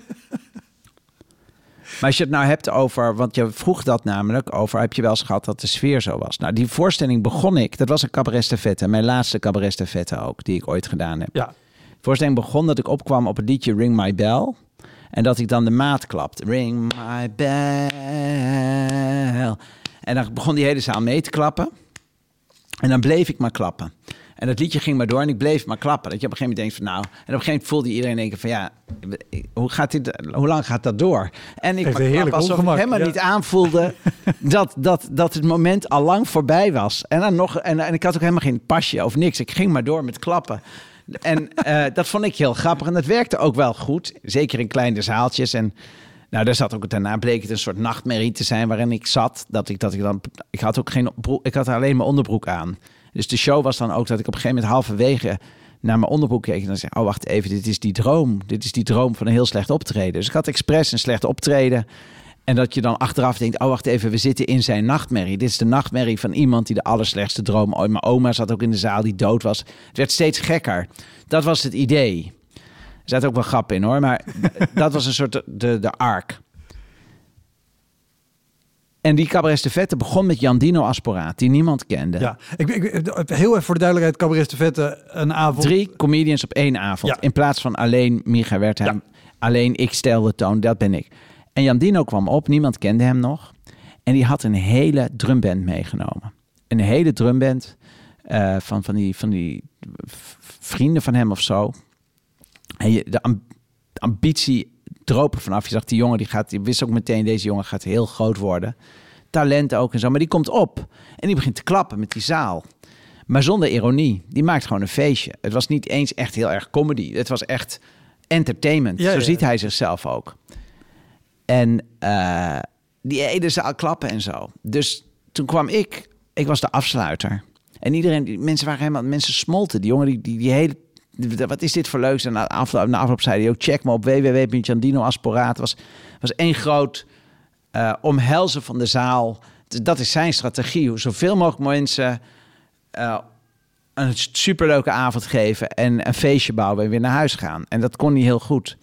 Maar als je het nou hebt over, want je vroeg dat namelijk over, heb je wel eens gehad dat de sfeer zo was? Nou, die voorstelling begon ik, dat was een cabaret de vette, mijn laatste cabaret de vette ook, die ik ooit gedaan heb. Ja. De voorstelling begon dat ik opkwam op het liedje Ring My Bell en dat ik dan de maat klapte. Ring My Bell. En dan begon die hele zaal mee te klappen en dan bleef ik maar klappen. En dat liedje ging maar door en ik bleef maar klappen. Dat je op een gegeven moment denkt van nou... En op een gegeven moment voelde iedereen denken van ja... Hoe, gaat dit, hoe lang gaat dat door? En ik maar klap alsof ik helemaal ja. niet aanvoelde... dat, dat, dat het moment al lang voorbij was. En, dan nog, en, en ik had ook helemaal geen pasje of niks. Ik ging maar door met klappen. En uh, dat vond ik heel grappig. En dat werkte ook wel goed. Zeker in kleine zaaltjes. En nou, daar zat ook daarna bleek het een soort nachtmerrie te zijn... waarin ik zat. Dat ik, dat ik, dan, ik had ook geen broek, ik had alleen mijn onderbroek aan... Dus de show was dan ook dat ik op een gegeven moment halverwege naar mijn onderbroek keek. En dan zei oh wacht even, dit is die droom. Dit is die droom van een heel slecht optreden. Dus ik had expres een slecht optreden. En dat je dan achteraf denkt, oh wacht even, we zitten in zijn nachtmerrie. Dit is de nachtmerrie van iemand die de allerslechtste droom ooit. Mijn oma zat ook in de zaal die dood was. Het werd steeds gekker. Dat was het idee. Er zat ook wel grap in hoor, maar dat was een soort de, de arc. En die Cabaret de Vette begon met Jandino Asporaat, die niemand kende. Ja, ik, ik, heel even voor de duidelijkheid, Cabaret de Vette, een avond... Drie comedians op één avond. Ja. In plaats van alleen Micha Wertheim, ja. alleen ik stel de toon, dat ben ik. En Jandino kwam op, niemand kende hem nog. En die had een hele drumband meegenomen. Een hele drumband uh, van, van, die, van die vrienden van hem of zo. En je, de, amb- de ambitie... droop er vanaf. Je zag die jongen, die gaat, je wist ook meteen, deze jongen gaat heel groot worden. Talent ook en zo. Maar die komt op en die begint te klappen met die zaal. Maar zonder ironie. Die maakt gewoon een feestje. Het was niet eens echt heel erg comedy. Het was echt entertainment. Ja, zo ja. ziet hij zichzelf ook. En uh, die hele zaal klappen en zo. Dus toen kwam ik, ik was de afsluiter. En iedereen, die mensen waren helemaal, mensen smolten. Die jongen, die, die, die hele... Wat is dit voor leuks? En na afloop, na afloop zei hij ook, check me op w w w punt jandino asporaat. Het was, was één groot uh, omhelzen van de zaal. Dat is zijn strategie. Hoe zoveel mogelijk mensen uh, een superleuke avond geven en een feestje bouwen en weer naar huis gaan. En dat kon hij heel goed.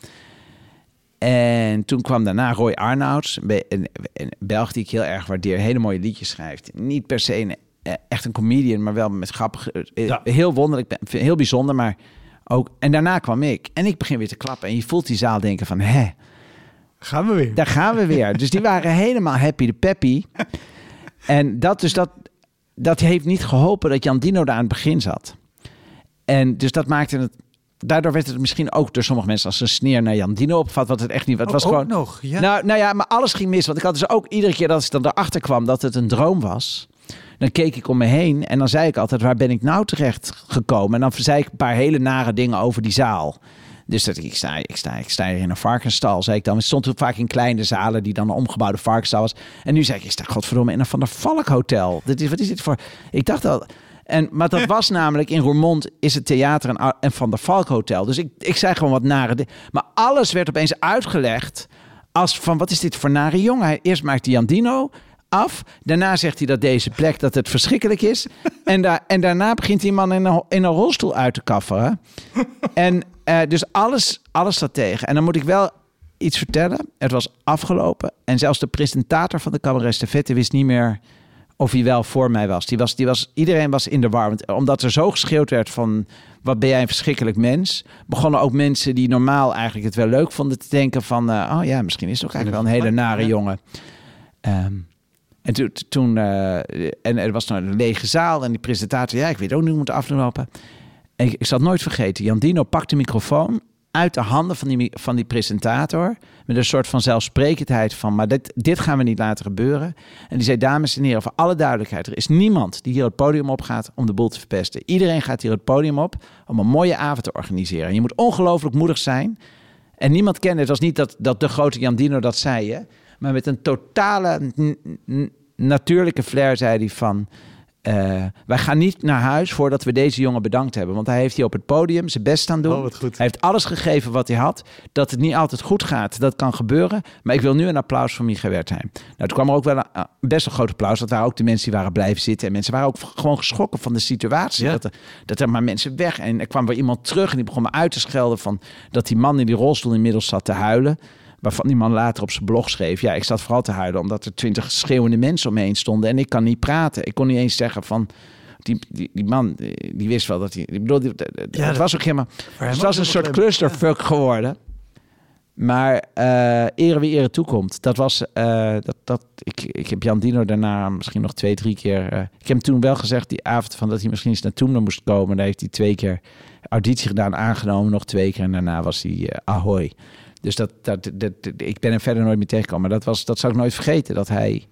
En toen kwam daarna Roy Arnouds, een, een Belg die ik heel erg waardeer, hele mooie liedjes schrijft. Niet per se een, echt een comedian, maar wel met grappig, ja. heel wonderlijk, heel bijzonder, maar ook. En daarna kwam ik en ik begin weer te klappen en je voelt die zaal denken van, hè, gaan we weer? Daar gaan we weer. Dus die waren helemaal happy de peppy. En dat dus dat, dat heeft niet geholpen dat Jan Dino daar aan het begin zat. En dus dat maakte het. Daardoor werd het misschien ook door sommige mensen als een sneer naar Jan Dino opgevat, wat het echt niet. Het oh, was ook gewoon nog. Ja. Nou, nou ja, maar alles ging mis. Want ik had dus ook iedere keer dat ik dan erachter kwam dat het een droom was, dan keek ik om me heen en dan zei ik altijd, waar ben ik nou terecht gekomen? En dan zei ik een paar hele nare dingen over die zaal. Dus dat ik sta, ik sta, ik sta hier in een varkensstal, zei ik dan. Het stond toen vaak in kleine zalen die dan een omgebouwde varkensstal was. En nu zei ik, ik sta godverdomme in een Van der Valk hotel. Dit is, wat is dit voor? Ik dacht al. En, maar dat was namelijk in Roermond is het theater en, en Van der Valk hotel. Dus ik, ik zei gewoon wat nare dingen. Maar alles werd opeens uitgelegd als van, wat is dit voor nare jongen? Eerst maakt hij Jan Dino af. Daarna zegt hij dat deze plek, dat het verschrikkelijk is. En, da- en daarna begint die man in een, in een rolstoel uit te kafferen. En uh, dus alles, alles staat tegen. En dan moet ik wel iets vertellen. Het was afgelopen. En zelfs de presentator van de Cabaret Estafette wist niet meer of hij wel voor mij was. Die was, die was. Iedereen was in de war. Want omdat er zo geschreeuwd werd van, wat ben jij een verschrikkelijk mens, begonnen ook mensen die normaal eigenlijk het wel leuk vonden te denken van, uh, oh ja, misschien is het ook eigenlijk wel een hele nare jongen. Um, en toen, toen uh, en er was nou een lege zaal en die presentator, ja, ik weet ook niet hoe het af te lopen. En ik, ik zal het nooit vergeten. Jan Dino pakt de microfoon uit de handen van die, van die presentator met een soort van zelfsprekendheid van, maar dit, dit gaan we niet laten gebeuren. En die zei, dames en heren, voor alle duidelijkheid, er is niemand die hier het podium op gaat om de boel te verpesten. Iedereen gaat hier het podium op om een mooie avond te organiseren. En je moet ongelooflijk moedig zijn. En niemand kende, het was niet dat, dat de grote Jan Dino dat zei, hè? Maar met een totale n- n- natuurlijke flair zei hij van, Uh, wij gaan niet naar huis voordat we deze jongen bedankt hebben. Want hij heeft hier op het podium zijn best aan doen. Oh, wat goed. Hij heeft alles gegeven wat hij had. Dat het niet altijd goed gaat, dat kan gebeuren. Maar ik wil nu een applaus voor Micha Wertheim. Nou, toen kwam er ook wel een, best een groot applaus. Dat waren ook de mensen die waren blijven zitten. En mensen waren ook gewoon geschrokken van de situatie. Ja. Dat, er, dat er maar mensen weg. En er kwam weer iemand terug en die begon me uit te schelden van dat die man in die rolstoel inmiddels zat te huilen. Waarvan die man later op zijn blog schreef, ja, ik zat vooral te huilen omdat er twintig schreeuwende mensen om me heen stonden en ik kan niet praten. Ik kon niet eens zeggen van, die, die, die man, die wist wel dat hij, ik bedoel, die, ja, het was ook helemaal, het was een soort clusterfuck ja. geworden. Maar uh, ere wie ere toekomt. Dat was, uh, dat, dat, ik, ik heb Jan Dino daarna misschien nog twee, drie keer, uh, ik heb hem toen wel gezegd die avond van dat hij misschien eens naar Toemler moest komen. Daar heeft hij twee keer auditie gedaan, aangenomen, nog twee keer en daarna was hij uh, ahoy. Dus dat, dat, dat, dat, ik ben hem verder nooit meer tegengekomen. Maar dat, was, dat zou ik nooit vergeten, dat hij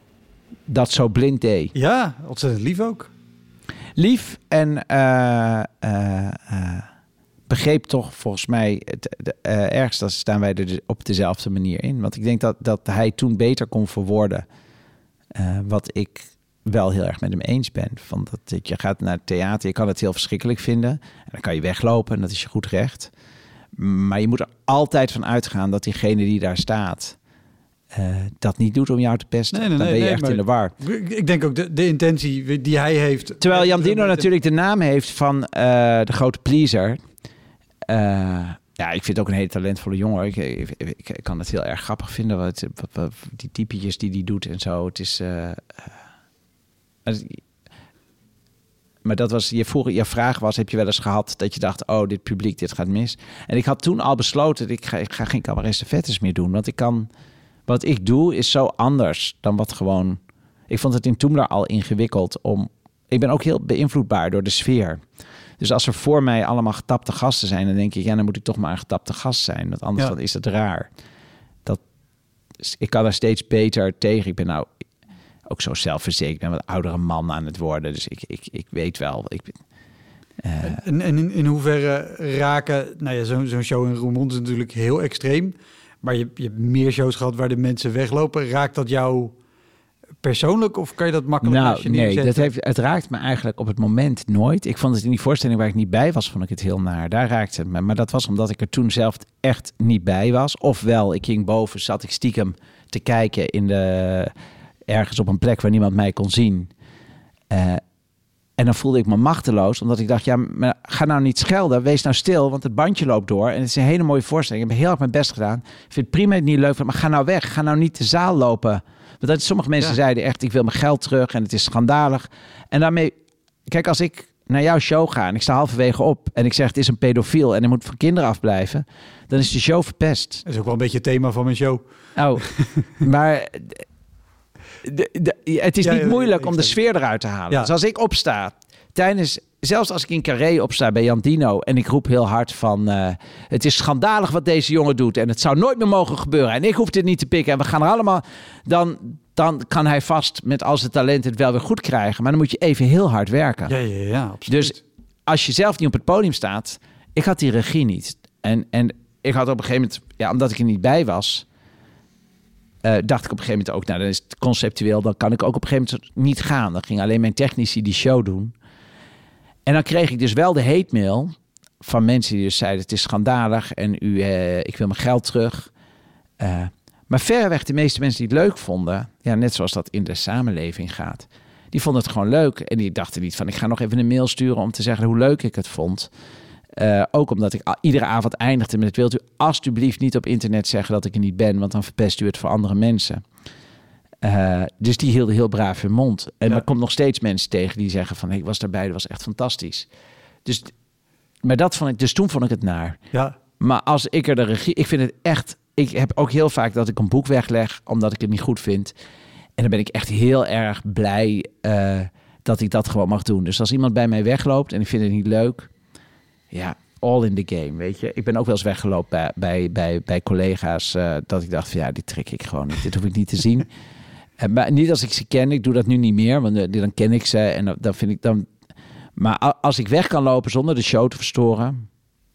dat zo blind deed. Ja, ontzettend lief ook. Lief en uh, uh, uh, begreep toch volgens mij, het, de, uh, ergens dat staan wij er op dezelfde manier in. Want ik denk dat, dat hij toen beter kon verwoorden uh, wat ik wel heel erg met hem eens ben. Van dat, dat je gaat naar het theater, je kan het heel verschrikkelijk vinden. En dan kan je weglopen en dat is je goed recht. Maar je moet er altijd van uitgaan dat diegene die daar staat uh, dat niet doet om jou te pesten. Nee, nee, dan ben je nee, echt in de war. Ik denk ook de, de intentie die hij heeft. Terwijl Jan Dino natuurlijk de naam heeft van uh, de grote pleaser. Uh, ja, ik vind het ook een hele talentvolle jongen. Ik, ik, ik, ik kan het heel erg grappig vinden. Wat, wat, wat, die typetjes die hij doet en zo. Het is... Uh, uh, Maar dat was, je, vroeg, je vraag was, heb je wel eens gehad dat je dacht, oh, dit publiek, dit gaat mis. En ik had toen al besloten, ik ga, ik ga geen Cabaret Estafettes meer doen. Want ik kan, wat ik doe is zo anders dan wat gewoon... Ik vond het in Toemler al ingewikkeld om... Ik ben ook heel beïnvloedbaar door de sfeer. Dus als er voor mij allemaal getapte gasten zijn, dan denk ik, ja, dan moet ik toch maar een getapte gast zijn. Want anders ja. dan is het raar. Dat, ik kan er steeds beter tegen. Ik ben nou... ook zo zelfverzekerd. Ik ben wat oudere man aan het worden. Dus ik, ik, ik weet wel. Ik, uh... En, en in, in hoeverre raken... Nou ja, zo'n zo'n show in Roermond is natuurlijk heel extreem. Maar je, je hebt meer shows gehad waar de mensen weglopen. Raakt dat jou persoonlijk of kan je dat makkelijk nou, als je nee, neerzet? dat heeft, het raakt me eigenlijk op het moment nooit. Ik vond het in die voorstelling waar ik niet bij was, vond ik het heel naar. Daar raakte het me. Maar dat was omdat ik er toen zelf echt niet bij was. Ofwel, ik ging boven, zat ik stiekem te kijken in de, ergens op een plek waar niemand mij kon zien. Uh, en dan voelde ik me machteloos, omdat ik dacht, ja, maar ga nou niet schelden, wees nou stil, want het bandje loopt door. En het is een hele mooie voorstelling. Ik heb heel erg mijn best gedaan. Ik vind het prima, het niet leuk, maar ga nou weg. Ga nou niet de zaal lopen. Want dat, sommige mensen ja. zeiden echt, ik wil mijn geld terug en het is schandalig. En daarmee, kijk, als ik naar jouw show ga en ik sta halverwege op en ik zeg, het is een pedofiel en hij moet van kinderen afblijven, dan is de show verpest. Dat is ook wel een beetje het thema van mijn show. Oh, maar de, de, het is ja, niet moeilijk om de sfeer eruit te halen. Ja. Dus als ik opsta, tijdens, zelfs als ik in Carré opsta bij Jan Dino en ik roep heel hard van, uh, het is schandalig wat deze jongen doet en het zou nooit meer mogen gebeuren en ik hoef dit niet te pikken en we gaan er allemaal, dan, dan kan hij vast met al zijn talent het wel weer goed krijgen, maar dan moet je even heel hard werken. Ja, ja, ja, absoluut. Dus als je zelf niet op het podium staat, ik had die regie niet en, en ik had op een gegeven moment, ja, omdat ik er niet bij was, Uh, dacht ik op een gegeven moment ook, nou, dan is het conceptueel, dan kan ik ook op een gegeven moment niet gaan. Dan gingen alleen mijn technici die show doen. En dan kreeg ik dus wel de hate mail van mensen die dus zeiden, het is schandalig en u, uh, ik wil mijn geld terug. Uh, maar verreweg de meeste mensen die het leuk vonden, ja, net zoals dat in de samenleving gaat, die vonden het gewoon leuk. En die dachten niet van, ik ga nog even een mail sturen om te zeggen hoe leuk ik het vond. Uh, ook omdat ik iedere avond eindigde met het, wilt u alsjeblieft niet op internet zeggen dat ik er niet ben, want dan verpest u het voor andere mensen. Uh, dus die hielden heel braaf hun mond. En ja. er komt nog steeds mensen tegen die zeggen van, hey, ik was daarbij, dat was echt fantastisch. Dus, maar dat vond ik, dus toen vond ik het naar. Ja. Maar als ik er de regie, ik vind het echt, ik heb ook heel vaak dat ik een boek wegleg omdat ik het niet goed vind. En dan ben ik echt heel erg blij uh, dat ik dat gewoon mag doen. Dus als iemand bij mij wegloopt en ik vind het niet leuk, ja, all in the game, weet je. Ik ben ook wel eens weggelopen bij, bij, bij, bij collega's uh, dat ik dacht van, ja, dit trek ik gewoon niet. Dit hoef ik niet te zien. Uh, maar niet als ik ze ken. Ik doe dat nu niet meer, want uh, dan ken ik ze en dan, dan vind ik dan. Maar als ik weg kan lopen zonder de show te verstoren,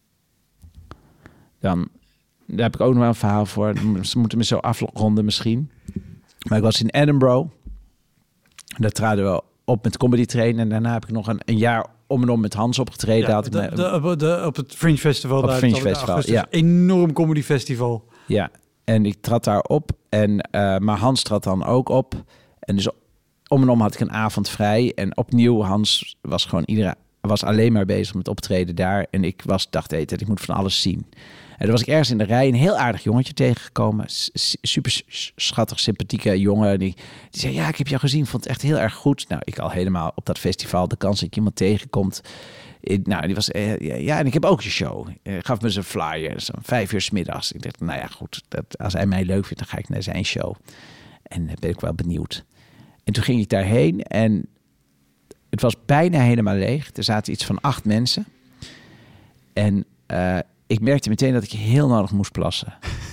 dan daar heb ik ook nog wel een verhaal voor. Ze moeten me zo afronden misschien. Maar ik was in Edinburgh. Daar traden we op met Comedy Train en daarna heb ik nog een, een jaar om en om met Hans opgetreden. Ja, had ik de, me, de, de, de, op het Fringe Festival. Op het Fringe Festival, ja. Een enorm comedy festival. Ja, en ik trad daar op. En, uh, maar Hans trad dan ook op. En dus om en om had ik een avond vrij. En opnieuw, Hans was gewoon iedere, was alleen maar bezig met optreden daar. En ik was, dacht, hey, ik moet van alles zien. En dan was ik ergens in de rij een heel aardig jongetje tegengekomen. Super schattig, sympathieke jongen. Die, die zei, ja, ik heb jou gezien, vond het echt heel erg goed. Nou, ik al helemaal op dat festival, de kans dat ik iemand tegenkomt. Nou, die was, uh, ja, en ik heb ook een show. Hij gaf me zijn flyer, zo'n vijf uur 's middags. Ik dacht, nou ja, goed, dat, als hij mij leuk vindt, dan ga ik naar zijn show. En dan ben ik wel benieuwd. En toen ging ik daarheen en het was bijna helemaal leeg. Er zaten iets van acht mensen. En uh, ik merkte meteen dat ik heel nodig moest plassen.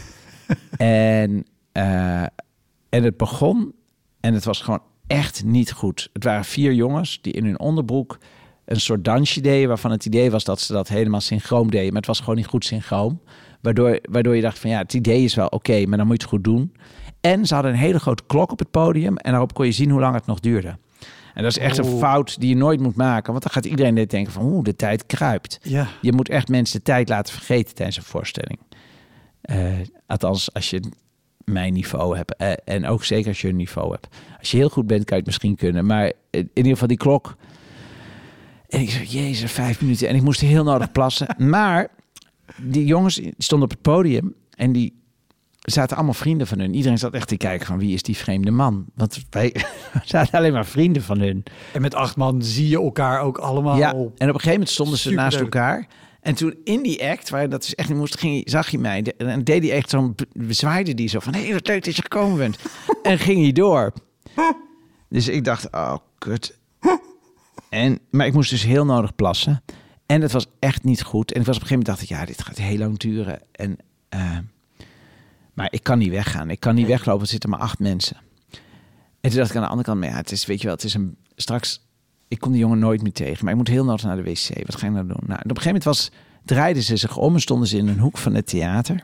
en, uh, en het begon en het was gewoon echt niet goed. Het waren vier jongens die in hun onderbroek een soort dansje deden, waarvan het idee was dat ze dat helemaal synchroon deden. Maar het was gewoon niet goed synchroon. Waardoor, waardoor je dacht van ja, het idee is wel oké, okay, maar dan moet je het goed doen. En ze hadden een hele grote klok op het podium en daarop kon je zien hoe lang het nog duurde. En dat is echt een fout die je nooit moet maken. Want dan gaat iedereen net denken van, oeh, de tijd kruipt. Ja. Je moet echt mensen de tijd laten vergeten tijdens een voorstelling. Uh, althans, als je mijn niveau hebt. Uh, en ook zeker als je een niveau hebt. Als je heel goed bent, kan je het misschien kunnen. Maar in ieder geval die klok. En ik zei, jezus, vijf minuten. En ik moest heel nodig plassen. Maar die jongens die stonden op het podium en die zaten allemaal vrienden van hun. Iedereen zat echt te kijken van wie is die vreemde man. Want wij zaten alleen maar vrienden van hun. En met acht man zie je elkaar ook allemaal. Ja, en op een gegeven moment stonden ze naast leuk. elkaar. En toen in die act, waar dat is echt niet moest, ging, zag je mij. En deed hij echt zo'n, zwaaide die zo van, hé, hey, wat leuk dat je gekomen bent. En ging hij door. Dus ik dacht, oh, kut. En, maar ik moest dus heel nodig plassen. En het was echt niet goed. En ik was op een gegeven moment dacht ik, ja, dit gaat heel lang duren. En uh, maar ik kan niet weggaan. Ik kan niet weglopen. Er zitten maar acht mensen. En toen dacht ik aan de andere kant, maar ja, het is, weet je wel, het is een straks. Ik kom die jongen nooit meer tegen, maar ik moet heel nodig naar de wc. Wat ga ik nou doen? Nou, en op een gegeven moment was, draaiden ze zich om en stonden ze in een hoek van het theater.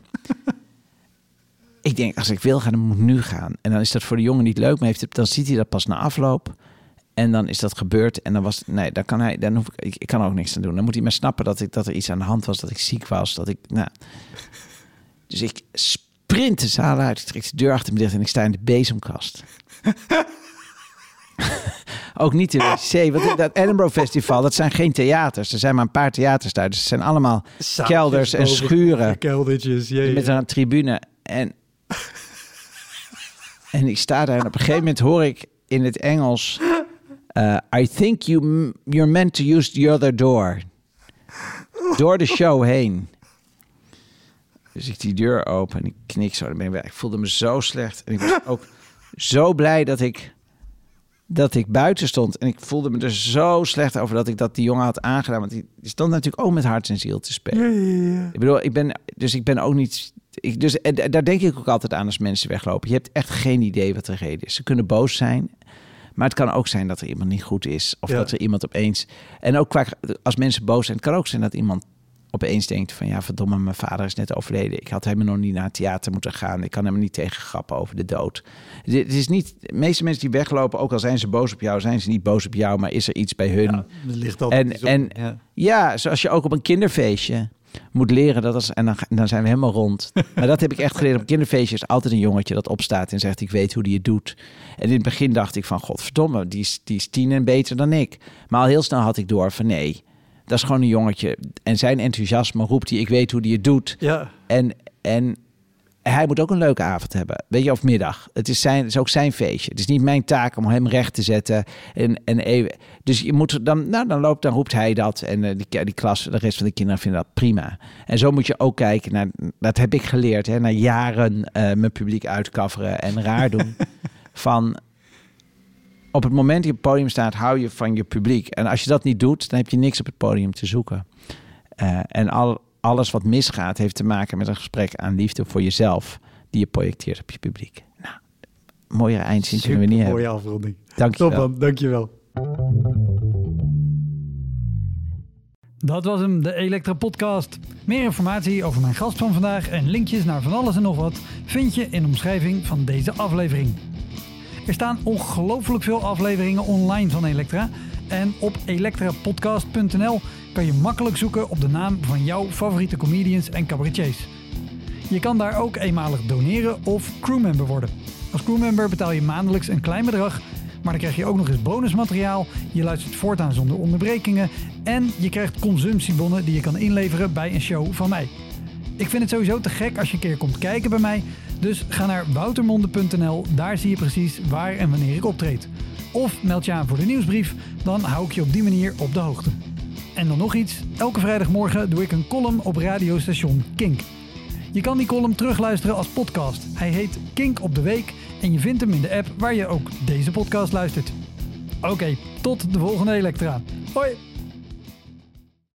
Ik denk, als ik wil gaan, dan moet ik nu gaan. En dan is dat voor de jongen niet leuk, maar heeft het, dan ziet hij dat pas na afloop. En dan is dat gebeurd. En dan was, nee, dan kan hij, dan hoef ik, ik, ik kan ook niks aan doen. Dan moet hij maar snappen dat ik dat er iets aan de hand was, dat ik ziek was, dat ik, nou. Dus ik spring sprint de zaal uit. Ik trek de deur achter me dicht en ik sta in de bezemkast. Ook niet de wc. Want dat Edinburgh Festival, dat zijn geen theaters. Er zijn maar een paar theaters daar. Dus het zijn allemaal Zaaltjes kelders en schuren. Keldertjes, jee, met een tribune. En, en ik sta daar en op een gegeven moment hoor ik in het Engels... Uh, I think you, you're meant to use the other door. Door de show heen. Dus ik die deur open en ik knik zo. Dan ben ik, weg. Ik voelde me zo slecht. En ik was ook zo blij dat ik, dat ik buiten stond. En ik voelde me er zo slecht over dat ik dat die jongen had aangedaan. Want die, die stond natuurlijk ook met hart en ziel te spelen. Ja, ja, ja. Ik bedoel, ik ben, dus ik ben ook niet... Ik, dus, en daar denk ik ook altijd aan als mensen weglopen. Je hebt echt geen idee wat de reden is. Ze kunnen boos zijn... Maar het kan ook zijn dat er iemand niet goed is. Of ja. dat er iemand opeens... En ook qua, als mensen boos zijn... Het kan ook zijn dat iemand opeens denkt van... Ja, verdomme, mijn vader is net overleden. Ik had helemaal nog niet naar het theater moeten gaan. Ik kan helemaal niet tegen grappen over de dood. Het is niet... De meeste mensen die weglopen... Ook al zijn ze boos op jou... Zijn ze niet boos op jou... Maar is er iets bij hun. Ja, dat ligt altijd en, en ja. ja, zoals je ook op een kinderfeestje... moet leren dat als... En dan, dan zijn we helemaal rond. Maar dat heb ik echt geleerd. Op kinderfeestjes altijd een jongetje dat opstaat en zegt... ik weet hoe die het doet. En in het begin dacht ik van... godverdomme, die is, die is tien en beter dan ik. Maar al heel snel had ik door van... nee, dat is gewoon een jongetje. En zijn enthousiasme roept hij... ik weet hoe die het doet. Ja. En, en hij moet ook een leuke avond hebben. Weet je, of middag. Het is, zijn, het is ook zijn feestje. Het is niet mijn taak om hem recht te zetten. En, en even, dus je moet dan, nou, dan loopt, dan roept hij dat. En uh, die, die klas, de rest van de kinderen vinden dat prima. En zo moet je ook kijken naar, dat heb ik geleerd, hè, na jaren uh, mijn publiek uitkafferen en raar doen. Van, op het moment dat je op het podium staat, hou je van je publiek. En als je dat niet doet, dan heb je niks op het podium te zoeken. Uh, en al... Alles wat misgaat heeft te maken met een gesprek aan liefde voor jezelf... die je projecteert op je publiek. Nou, mooiere eindzin kunnen we niet hebben. Mooie afronding. Dank je wel. Top man, dank je wel. Dat was hem, de Elektra Podcast. Meer informatie over mijn gast van vandaag... en linkjes naar van alles en nog wat... vind je in de omschrijving van deze aflevering. Er staan ongelooflijk veel afleveringen online van Elektra... en op elektrapodcast punt n l... kan je makkelijk zoeken op de naam van jouw favoriete comedians en cabaretiers. Je kan daar ook eenmalig doneren of crewmember worden. Als crewmember betaal je maandelijks een klein bedrag, maar dan krijg je ook nog eens bonusmateriaal, je luistert voortaan zonder onderbrekingen en je krijgt consumptiebonnen die je kan inleveren bij een show van mij. Ik vind het sowieso te gek als je een keer komt kijken bij mij, dus ga naar woutermonde punt n l, daar zie je precies waar en wanneer ik optreed. Of meld je aan voor de nieuwsbrief, dan hou ik je op die manier op de hoogte. En dan nog iets, elke vrijdagmorgen doe ik een column op radiostation Kink. Je kan die column terugluisteren als podcast. Hij heet Kink op de Week en je vindt hem in de app waar je ook deze podcast luistert. Oké, tot de volgende Elektra. Hoi!